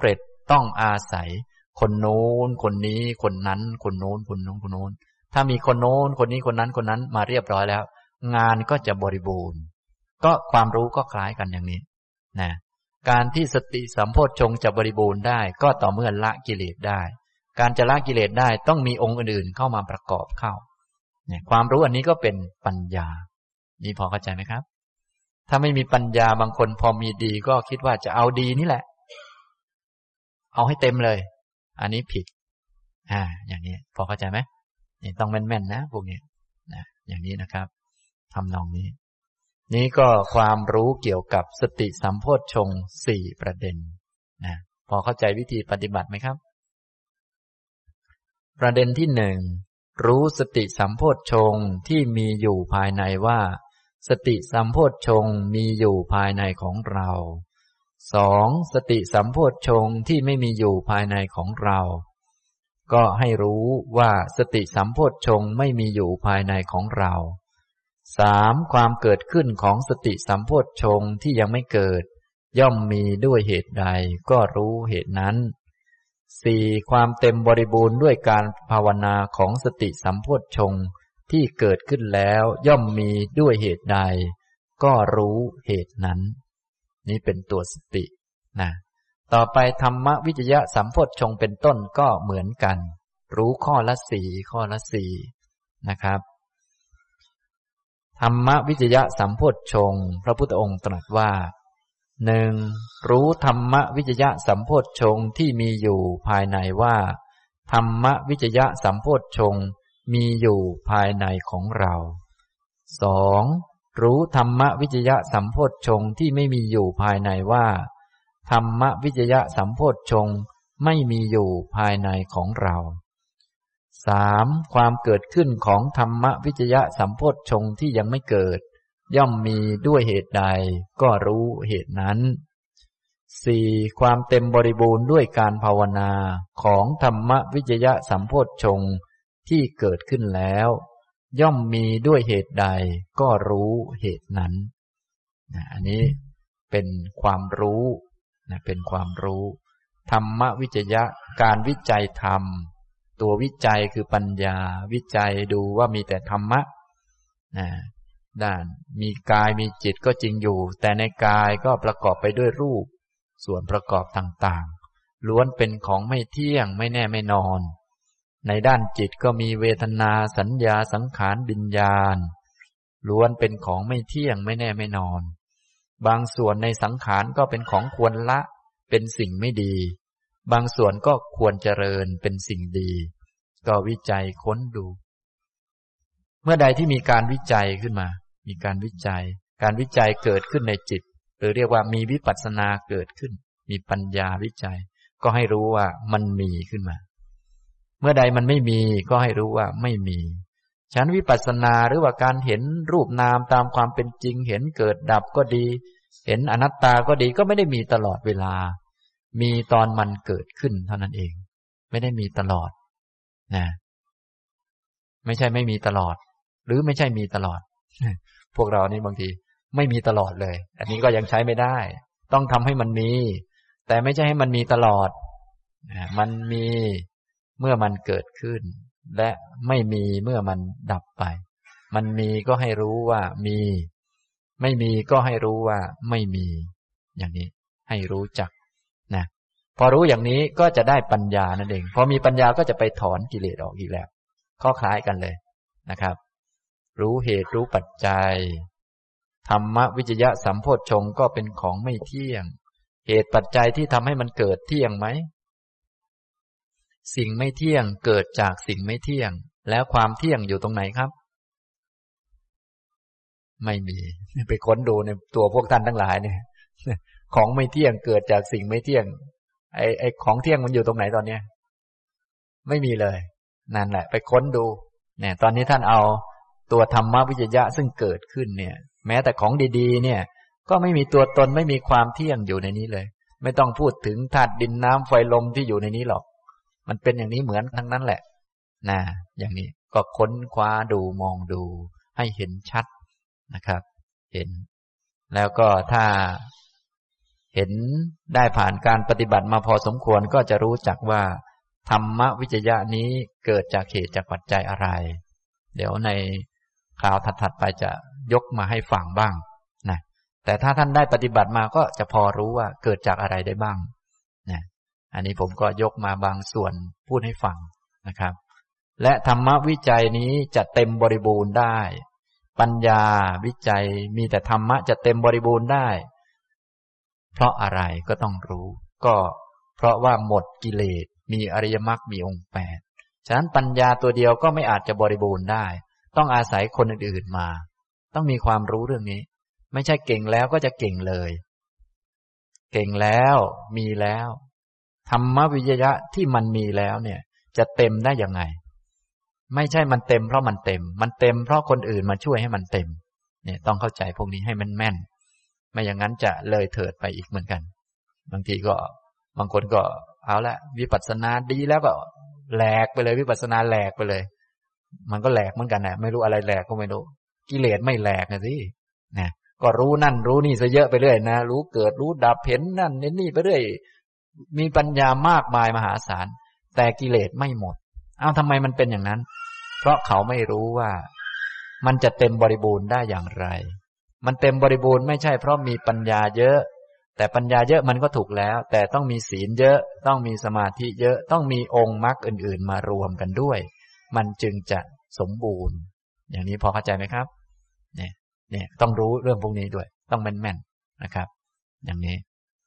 ต้องอาศัยคนโน้นคนนี้คนนั้นคนโน้นคนโน้นคนโน้นถ้ามีคนโน้นคนนี้คนนั้นคนนั้นมาเรียบร้อยแล้วงานก็จะบริบูรณ์ก็ความรู้ก็คล้ายกันอย่างนี้นะการที่สติสัมโพชฌงค์จะบริบูรณ์ได้ก็ต่อเมื่อละกิเลสได้การจะละกิเลสได้ต้องมีองค์อื่นๆเข้ามาประกอบเข้าเนี่ยความรู้อันนี้ก็เป็นปัญญานี่พอเข้าใจไหมครับถ้าไม่มีปัญญาบางคนพอมีดีก็คิดว่าจะเอาดีนี่แหละเอาให้เต็มเลยอันนี้ผิดอ่าอย่างนี้พอเข้าใจไหมนี่ต้องแม่นๆนะพวกนี้นะอย่างนี้นะครับทำนองนี้นี้ก็ความรู้เกี่ยวกับสติสัมโพชฌงค์สี่ประเด็นนะพอเข้าใจวิธีปฏิบัติไหมครับประเด็นที่หนึ่งรู้สติสัมโพชฌงค์ที่มีอยู่ภายในว่าสติสัมโพชฌงค์มีอยู่ภายในของเราสองสติสัมโพชฌงค์ที่ไม่มีอยู่ภายในของเราก็ให้รู้ว่าสติสัมโพชฌงค์ไม่มีอยู่ภายในของเราสามความเกิดขึ้นของสติสัมโพชฌงค์ที่ยังไม่เกิดย่อมมีด้วยเหตุใดก็รู้เหตุนั้นสี่ความเต็มบริบูรณ์ด้วยการภาวนาของสติสัมโพชฌงค์ที่เกิดขึ้นแล้วย่อมมีด้วยเหตุใดก็รู้เหตุนั้นนี่เป็นตัวสตินะต่อไปธรรมวิจยะสัมโพชฌงค์เป็นต้นก็เหมือนกันรู้ข้อละสี่ข้อละสี่นะครับธรรมวิจยะสัมโพชฌงค์พระพุทธองค์ตรัสว่าหนึ่งรู้ธรรมวิจยะสัมโพชฌงค์ที่มีอยู่ภายในว่าธรรมวิจยะสัมโพชฌงค์มีอยู่ภายในของเราสองรู้ธรรมวิจยะสัมโพชฌงค์ที่ไม่มีอยู่ภายในว่าธรรมวิจยะสัมโพชฌงค์ไม่มีอยู่ภายในของเราสามความเกิดขึ้นของธรรมวิจยะสัมโพชฌงค์ที่ยังไม่เกิดย่อมมีด้วยเหตุใดก็รู้เหตุนั้นสี่ความเต็มบริบูรณ์ด้วยการภาวนาของธรรมวิจยะสัมโพชฌงค์ที่เกิดขึ้นแล้วย่อมมีด้วยเหตุใดก็รู้เหตุนั้นนะอันนี้เป็นความรู้นะเป็นความรู้ธรรมวิจยะการวิจัยธรรมตัววิจัยคือปัญญาวิจัยดูว่ามีแต่ธรรมะนะด้านมีกายมีจิตก็จริงอยู่แต่ในกายก็ประกอบไปด้วยรูปส่วนประกอบต่างๆล้วนเป็นของไม่เที่ยงไม่แน่ไม่นอนในด้านจิตก็มีเวทนาสัญญาสังขารวิญญาณล้วนเป็นของไม่เที่ยงไม่แน่ไม่นอนบางส่วนในสังขารก็เป็นของควรละเป็นสิ่งไม่ดีบางส่วนก็ควรเจริญเป็นสิ่งดีก็วิจัยค้นดูเมื่อใดที่มีการวิจัยขึ้นมามีการวิจัยการวิจัยเกิดขึ้นในจิตหรือเรียกว่ามีวิปัสสนาเกิดขึ้นมีปัญญาวิจัยก็ให้รู้ว่ามันมีขึ้นมาเมื่อใดมันไม่มีก็ให้รู้ว่าไม่มีฉะนั้นวิปัสสนาหรือว่าการเห็นรูปนามตามความเป็นจริงเห็นเกิดดับก็ดีเห็นอนัตตาก็ดีก็ไม่ได้มีตลอดเวลามีตอนมันเกิดขึ้นเท่านั้นเองไม่ได้มีตลอดนะไม่ใช่ไม่มีตลอดหรือไม่ใช่มีตลอดพวกเรานี่บางทีไม่มีตลอดเลยอันนี้ก็ยังใช้ไม่ได้ต้องทำให้มันมีแต่ไม่ใช่ให้มันมีตลอดมันมีเมื่อมันเกิดขึ้นและไม่มีเมื่อมันดับไปมันมีก็ให้รู้ว่ามีไม่มีก็ให้รู้ว่าไม่มีอย่างนี้ให้รู้จักนะพอรู้อย่างนี้ก็จะได้ปัญญานั่นเองพอมีปัญญาก็จะไปถอนกิเลสออกอีกแล้วข้อคล้ายกันเลยนะครับรู้เหตุรู้ปัจจัยธรรมวิจยะสัมโพชฌงค์ก็เป็นของไม่เที่ยงเหตุปัจจัยที่ทำให้มันเกิดเที่ยงไหมสิ่งไม่เที่ยงเกิดจากสิ่งไม่เที่ยงแล้วความเที่ยงอยู่ตรงไหนครับไม่มีไปค้นดูในตัวพวกท่านทั้งหลายเนี่ยของไม่เที่ยงเกิดจากสิ่งไม่เที่ยงไอ้ไอ้ของเที่ยงมันอยู่ตรงไหนตอนเนี้ยไม่มีเลยนั่นแหละไปค้นดูเนี่ยตอนนี้ท่านเอาตัวธรรมวิจยะซึ่งเกิดขึ้นเนี่ยแม้แต่ของดีๆเนี่ยก็ไม่มีตัวตนไม่มีความเที่ยงอยู่ในนี้เลยไม่ต้องพูดถึงธาตุดินน้ำไฟลมที่อยู่ในนี้หรอกมันเป็นอย่างนี้เหมือนทั้งนั้นแหละนะอย่างนี้ก็ค้นคว้าดูมองดูให้เห็นชัดนะครับเห็นแล้วก็ถ้าเห็นได้ผ่านการปฏิบัติมาพอสมควรก็จะรู้จักว่าธรรมวิจยะนี้เกิดจากเหตุจากปัจจัยอะไรเดี๋ยวในคราวถัดๆไปจะยกมาให้ฟังบ้างนะแต่ถ้าท่านได้ปฏิบัติมาก็จะพอรู้ว่าเกิดจากอะไรได้บ้างนะอันนี้ผมก็ยกมาบางส่วนพูดให้ฟังนะครับและธรรมวิจัยนี้จะเต็มบริบูรณ์ได้ปัญญาวิจัยมีแต่ธรรมะจะเต็มบริบูรณ์ได้เพราะอะไรก็ต้องรู้ก็เพราะว่าหมดกิเลสมีอริยมรรคมีองค์แปดฉะนั้นปัญญาตัวเดียวก็ไม่อาจจะบริบูรณ์ได้ต้องอาศัยคนอื่นๆมาต้องมีความรู้เรื่องนี้ไม่ใช่เก่งแล้วก็จะเก่งเลยเก่งแล้วมีแล้วธรรมวิจยะที่มันมีแล้วเนี่ยจะเต็มได้ยังไงไม่ใช่มันเต็มเพราะมันเต็มมันเต็มเพราะคนอื่นมาช่วยให้มันเต็มเนี่ยต้องเข้าใจพวกนี้ให้มันแม่นไม่อย่างนั้นจะเลยเถิดไปอีกเหมือนกันบางทีก็บางคนก็เอาละวิปัสสนาดีแล้วก็แหลกไปเลยวิปัสสนาแหลกไปเลยมันก็แหลกเหมือนกันนะไม่รู้อะไรแหลกก็ไม่รู้กิเลสไม่แหลกนะสินะก็รู้นั่นรู้นี่ซะเยอะไปเรื่อยนะรู้เกิดรู้ดับเห็นนั่นเห็นนี่ไปเรื่อยมีปัญญามากมายมหาศาลแต่กิเลสไม่หมดเอ้าทำไมมันเป็นอย่างนั้นเพราะเขาไม่รู้ว่ามันจะเต็มบริบูรณ์ได้อย่างไรมันเต็มบริบูรณ์ไม่ใช่เพราะมีปัญญาเยอะแต่ปัญญาเยอะมันก็ถูกแล้วแต่ต้องมีศีลเยอะต้องมีสมาธิเยอะต้องมีองค์มรรคอื่นๆมารวมกันด้วยมันจึงจะสมบูรณ์อย่างนี้พอเข้าใจไหมครับเนี่ยเนี่ยต้องรู้เรื่องพวกนี้ด้วยต้องแม่นๆนะครับอย่างนี้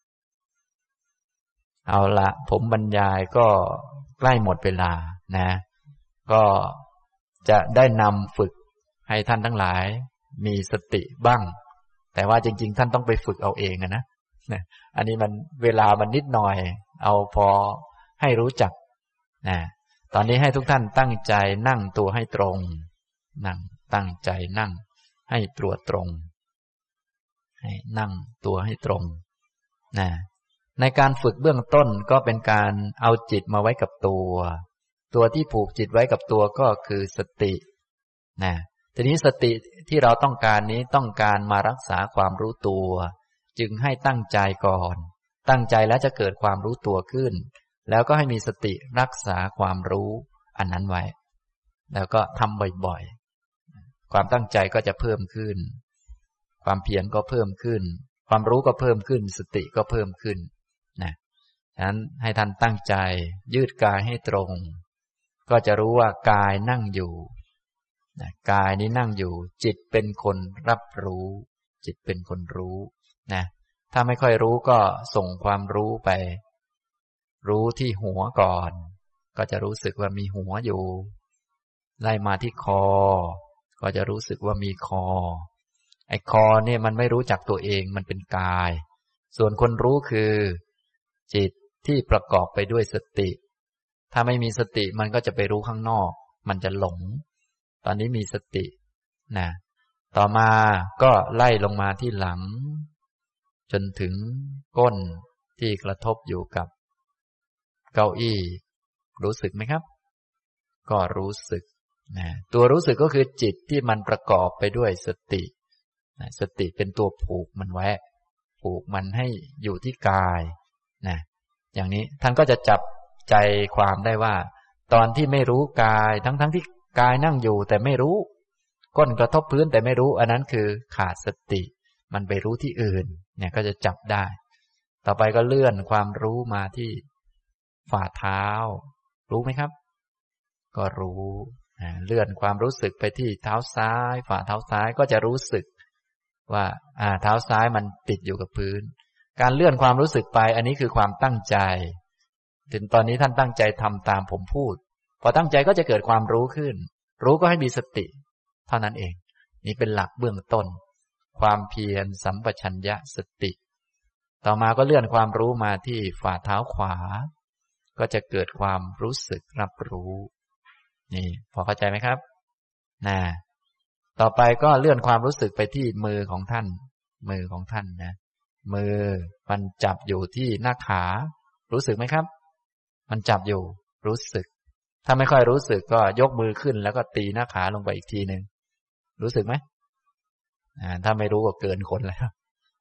เอาละผมบรรยายก็ใกล้หมดเวลานะก็จะได้นำฝึกให้ท่านทั้งหลายมีสติบ้างแต่ว่าจริงๆท่านต้องไปฝึกเอาเองนะนะอันนี้มันเวลามันนิดหน่อยเอาพอให้รู้จักนะตอนนี้ให้ทุกท่านตั้งใจนั่งตัวให้ตรงนั่งตั้งใจนั่งให้ตัวตรงให้นั่งตัวให้ตรงนะในการฝึกเบื้องต้นก็เป็นการเอาจิตมาไว้กับตัวตัวที่ผูกจิตไว้กับตัวก็คือสตินะทีนี้สติที่เราต้องการนี้ต้องการมารักษาความรู้ตัวจึงให้ตั้งใจก่อนตั้งใจแล้วจะเกิดความรู้ตัวขึ้นแล้วก็ให้มีสติรักษาความรู้อันนั้นไว้แล้วก็ทำบ่อยๆความตั้งใจก็จะเพิ่มขึ้นความเพียรก็เพิ่มขึ้นความรู้ก็เพิ่มขึ้นสติก็เพิ่มขึ้นนะฉะนั้นให้ท่านตั้งใจยืดกายให้ตรงก็จะรู้ว่ากายนั่งอยู่นะกายนี้นั่งอยู่จิตเป็นคนรับรู้จิตเป็นคนรู้นะถ้าไม่ค่อยรู้ก็ส่งความรู้ไปรู้ที่หัวก่อนก็จะรู้สึกว่ามีหัวอยู่ไล่มาที่คอก็จะรู้สึกว่ามีคอไอ้คอเนี่ยมันไม่รู้จักตัวเองมันเป็นกายส่วนคนรู้คือจิตที่ประกอบไปด้วยสติถ้าไม่มีสติมันก็จะไปรู้ข้างนอกมันจะหลงตอนนี้มีสตินะต่อมาก็ไล่ลงมาที่หลังจนถึงก้นที่กระทบอยู่กับเก้าอี้รู้สึกไหมครับก็รู้สึกนะตัวรู้สึกก็คือจิตที่มันประกอบไปด้วยสตินะสติเป็นตัวผูกมันไว้ผูกมันให้อยู่ที่กายนะอย่างนี้ท่านก็จะจับใจความได้ว่าตอนที่ไม่รู้กายทั้งๆ ท, ที่กายนั่งอยู่แต่ไม่รู้ก้นกระทบพื้นแต่ไม่รู้อันนั้นคือขาดสติมันไปรู้ที่อื่นเนี่ยก็จะจับได้ต่อไปก็เลื่อนความรู้มาที่ฝ่าเท้ารู้ไหมครับก็รู้เลื่อนความรู้สึกไปที่เท้าซ้ายฝ่าเท้าซ้ายก็จะรู้สึกว่าอ่าเท้าซ้ายมันติดอยู่กับพื้นการเลื่อนความรู้สึกไปอันนี้คือความตั้งใจถึงตอนนี้ท่านตั้งใจทำตามผมพูดพอตั้งใจก็จะเกิดความรู้ขึ้นรู้ก็ให้มีสติเท่านั้นเองนี่เป็นหลักเบื้องต้นความเพียรสัมปชัญญะสติต่อมาก็เลื่อนความรู้มาที่ฝ่าเท้าขวาก็จะเกิดความรู้สึกรับรู้นี่พอเข้าใจไหมครับนะต่อไปก็เลื่อนความรู้สึกไปที่มือของท่านมือของท่านนะมือมันจับอยู่ที่หน้าขารู้สึกไหมครับมันจับอยู่รู้สึกถ้าไม่ค่อยรู้สึกก็ยกมือขึ้นแล้วก็ตีหน้าขาลงไปอีกทีหนึ่งรู้สึกไหมอ่าถ้าไม่รู้ก็เกินคนแล้ว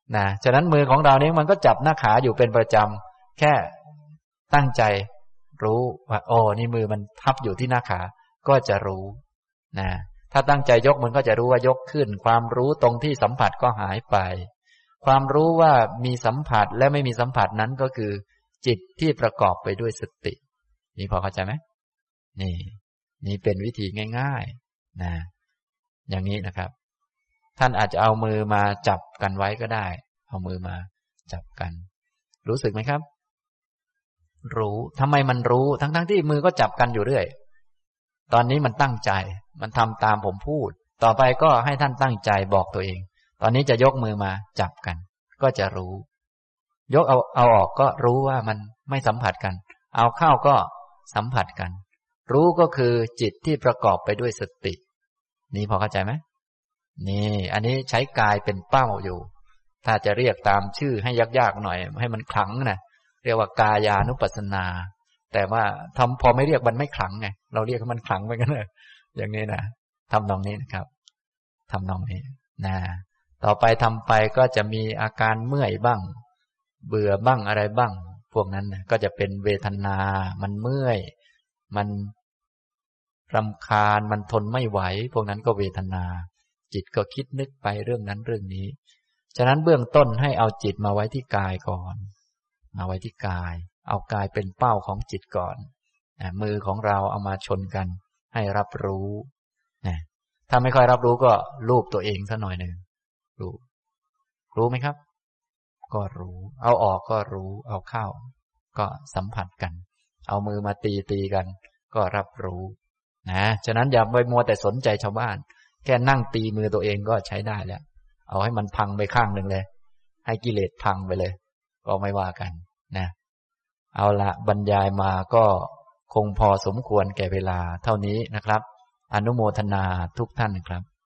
นะฉะนั้นมือของเรานี้มันก็จับหน้าขาอยู่เป็นประจำแค่ตั้งใจรู้ว่าโอ้นี่มือมันทับอยู่ที่หน้าขาก็จะรู้นะถ้าตั้งใจยกมันก็จะรู้ว่ายกขึ้นความรู้ตรงที่สัมผัสก็หายไปความรู้ว่ามีสัมผัสและไม่มีสัมผัสนั้นก็คือจิตที่ประกอบไปด้วยสตินี่พอเข้าใจไหมนี่นี่เป็นวิธีง่ายๆนะอย่างนี้นะครับท่านอาจจะเอามือมาจับกันไว้ก็ได้เอามือมาจับกันรู้สึกไหมครับรู้ทำไมมันรู้ทั้งๆที่มือก็จับกันอยู่เรื่อยตอนนี้มันตั้งใจมันทำตามผมพูดต่อไปก็ให้ท่านตั้งใจบอกตัวเองตอนนี้จะยกมือมาจับกันก็จะรู้ยกเอาเอาออกก็รู้ว่ามันไม่สัมผัสกันเอาเข้าก็สัมผัสกันรู้ก็คือจิตที่ประกอบไปด้วยสตินี่พอเข้าใจไหมนี่อันนี้ใช้กายเป็นเป้าอยู่ถ้าจะเรียกตามชื่อให้ยากๆหน่อยให้มันขลังนะเรียกว่ากายานุปัสสนาแต่ว่าทำพอไม่เรียกมันไม่ขลังไงเราเรียกให้มันขลังไปกันเลยอย่างนี้นะทำนองนี้นะครับทำนองนี้นะต่อไปทำไปก็จะมีอาการเมื่อยบ้างเบื่อบ้างอะไรบ้างพวกนั้นนะก็จะเป็นเวทนามันเมื่อยมันรำคาญมันทนไม่ไหวพวกนั้นก็เวทนาจิตก็คิดนึกไปเรื่องนั้นเรื่องนี้ฉะนั้นเบื้องต้นให้เอาจิตมาไว้ที่กายก่อนมาไว้ที่กายเอากายเป็นเป้าของจิตก่อนนะมือของเราเอามาชนกันให้รับรู้นะถ้าไม่ค่อยรับรู้ก็ลูบตัวเองสักหน่อยหนึ่งรู้รู้ไหมครับก็รู้เอาออกก็รู้เอาเข้าก็สัมผัสกันเอามือมาตีตีกันก็รับรู้นะฉะนั้นอย่าไปมัวแต่สนใจชาวบ้านแค่นั่งตีมือตัวเองก็ใช้ได้แล้วเอาให้มันพังไปข้างหนึ่งเลยให้กิเลสพังไปเลยก็ไม่ว่ากันนะเอาละบรรยายมาก็คงพอสมควรแก่เวลาเท่านี้นะครับอนุโมทนาทุกท่านครับ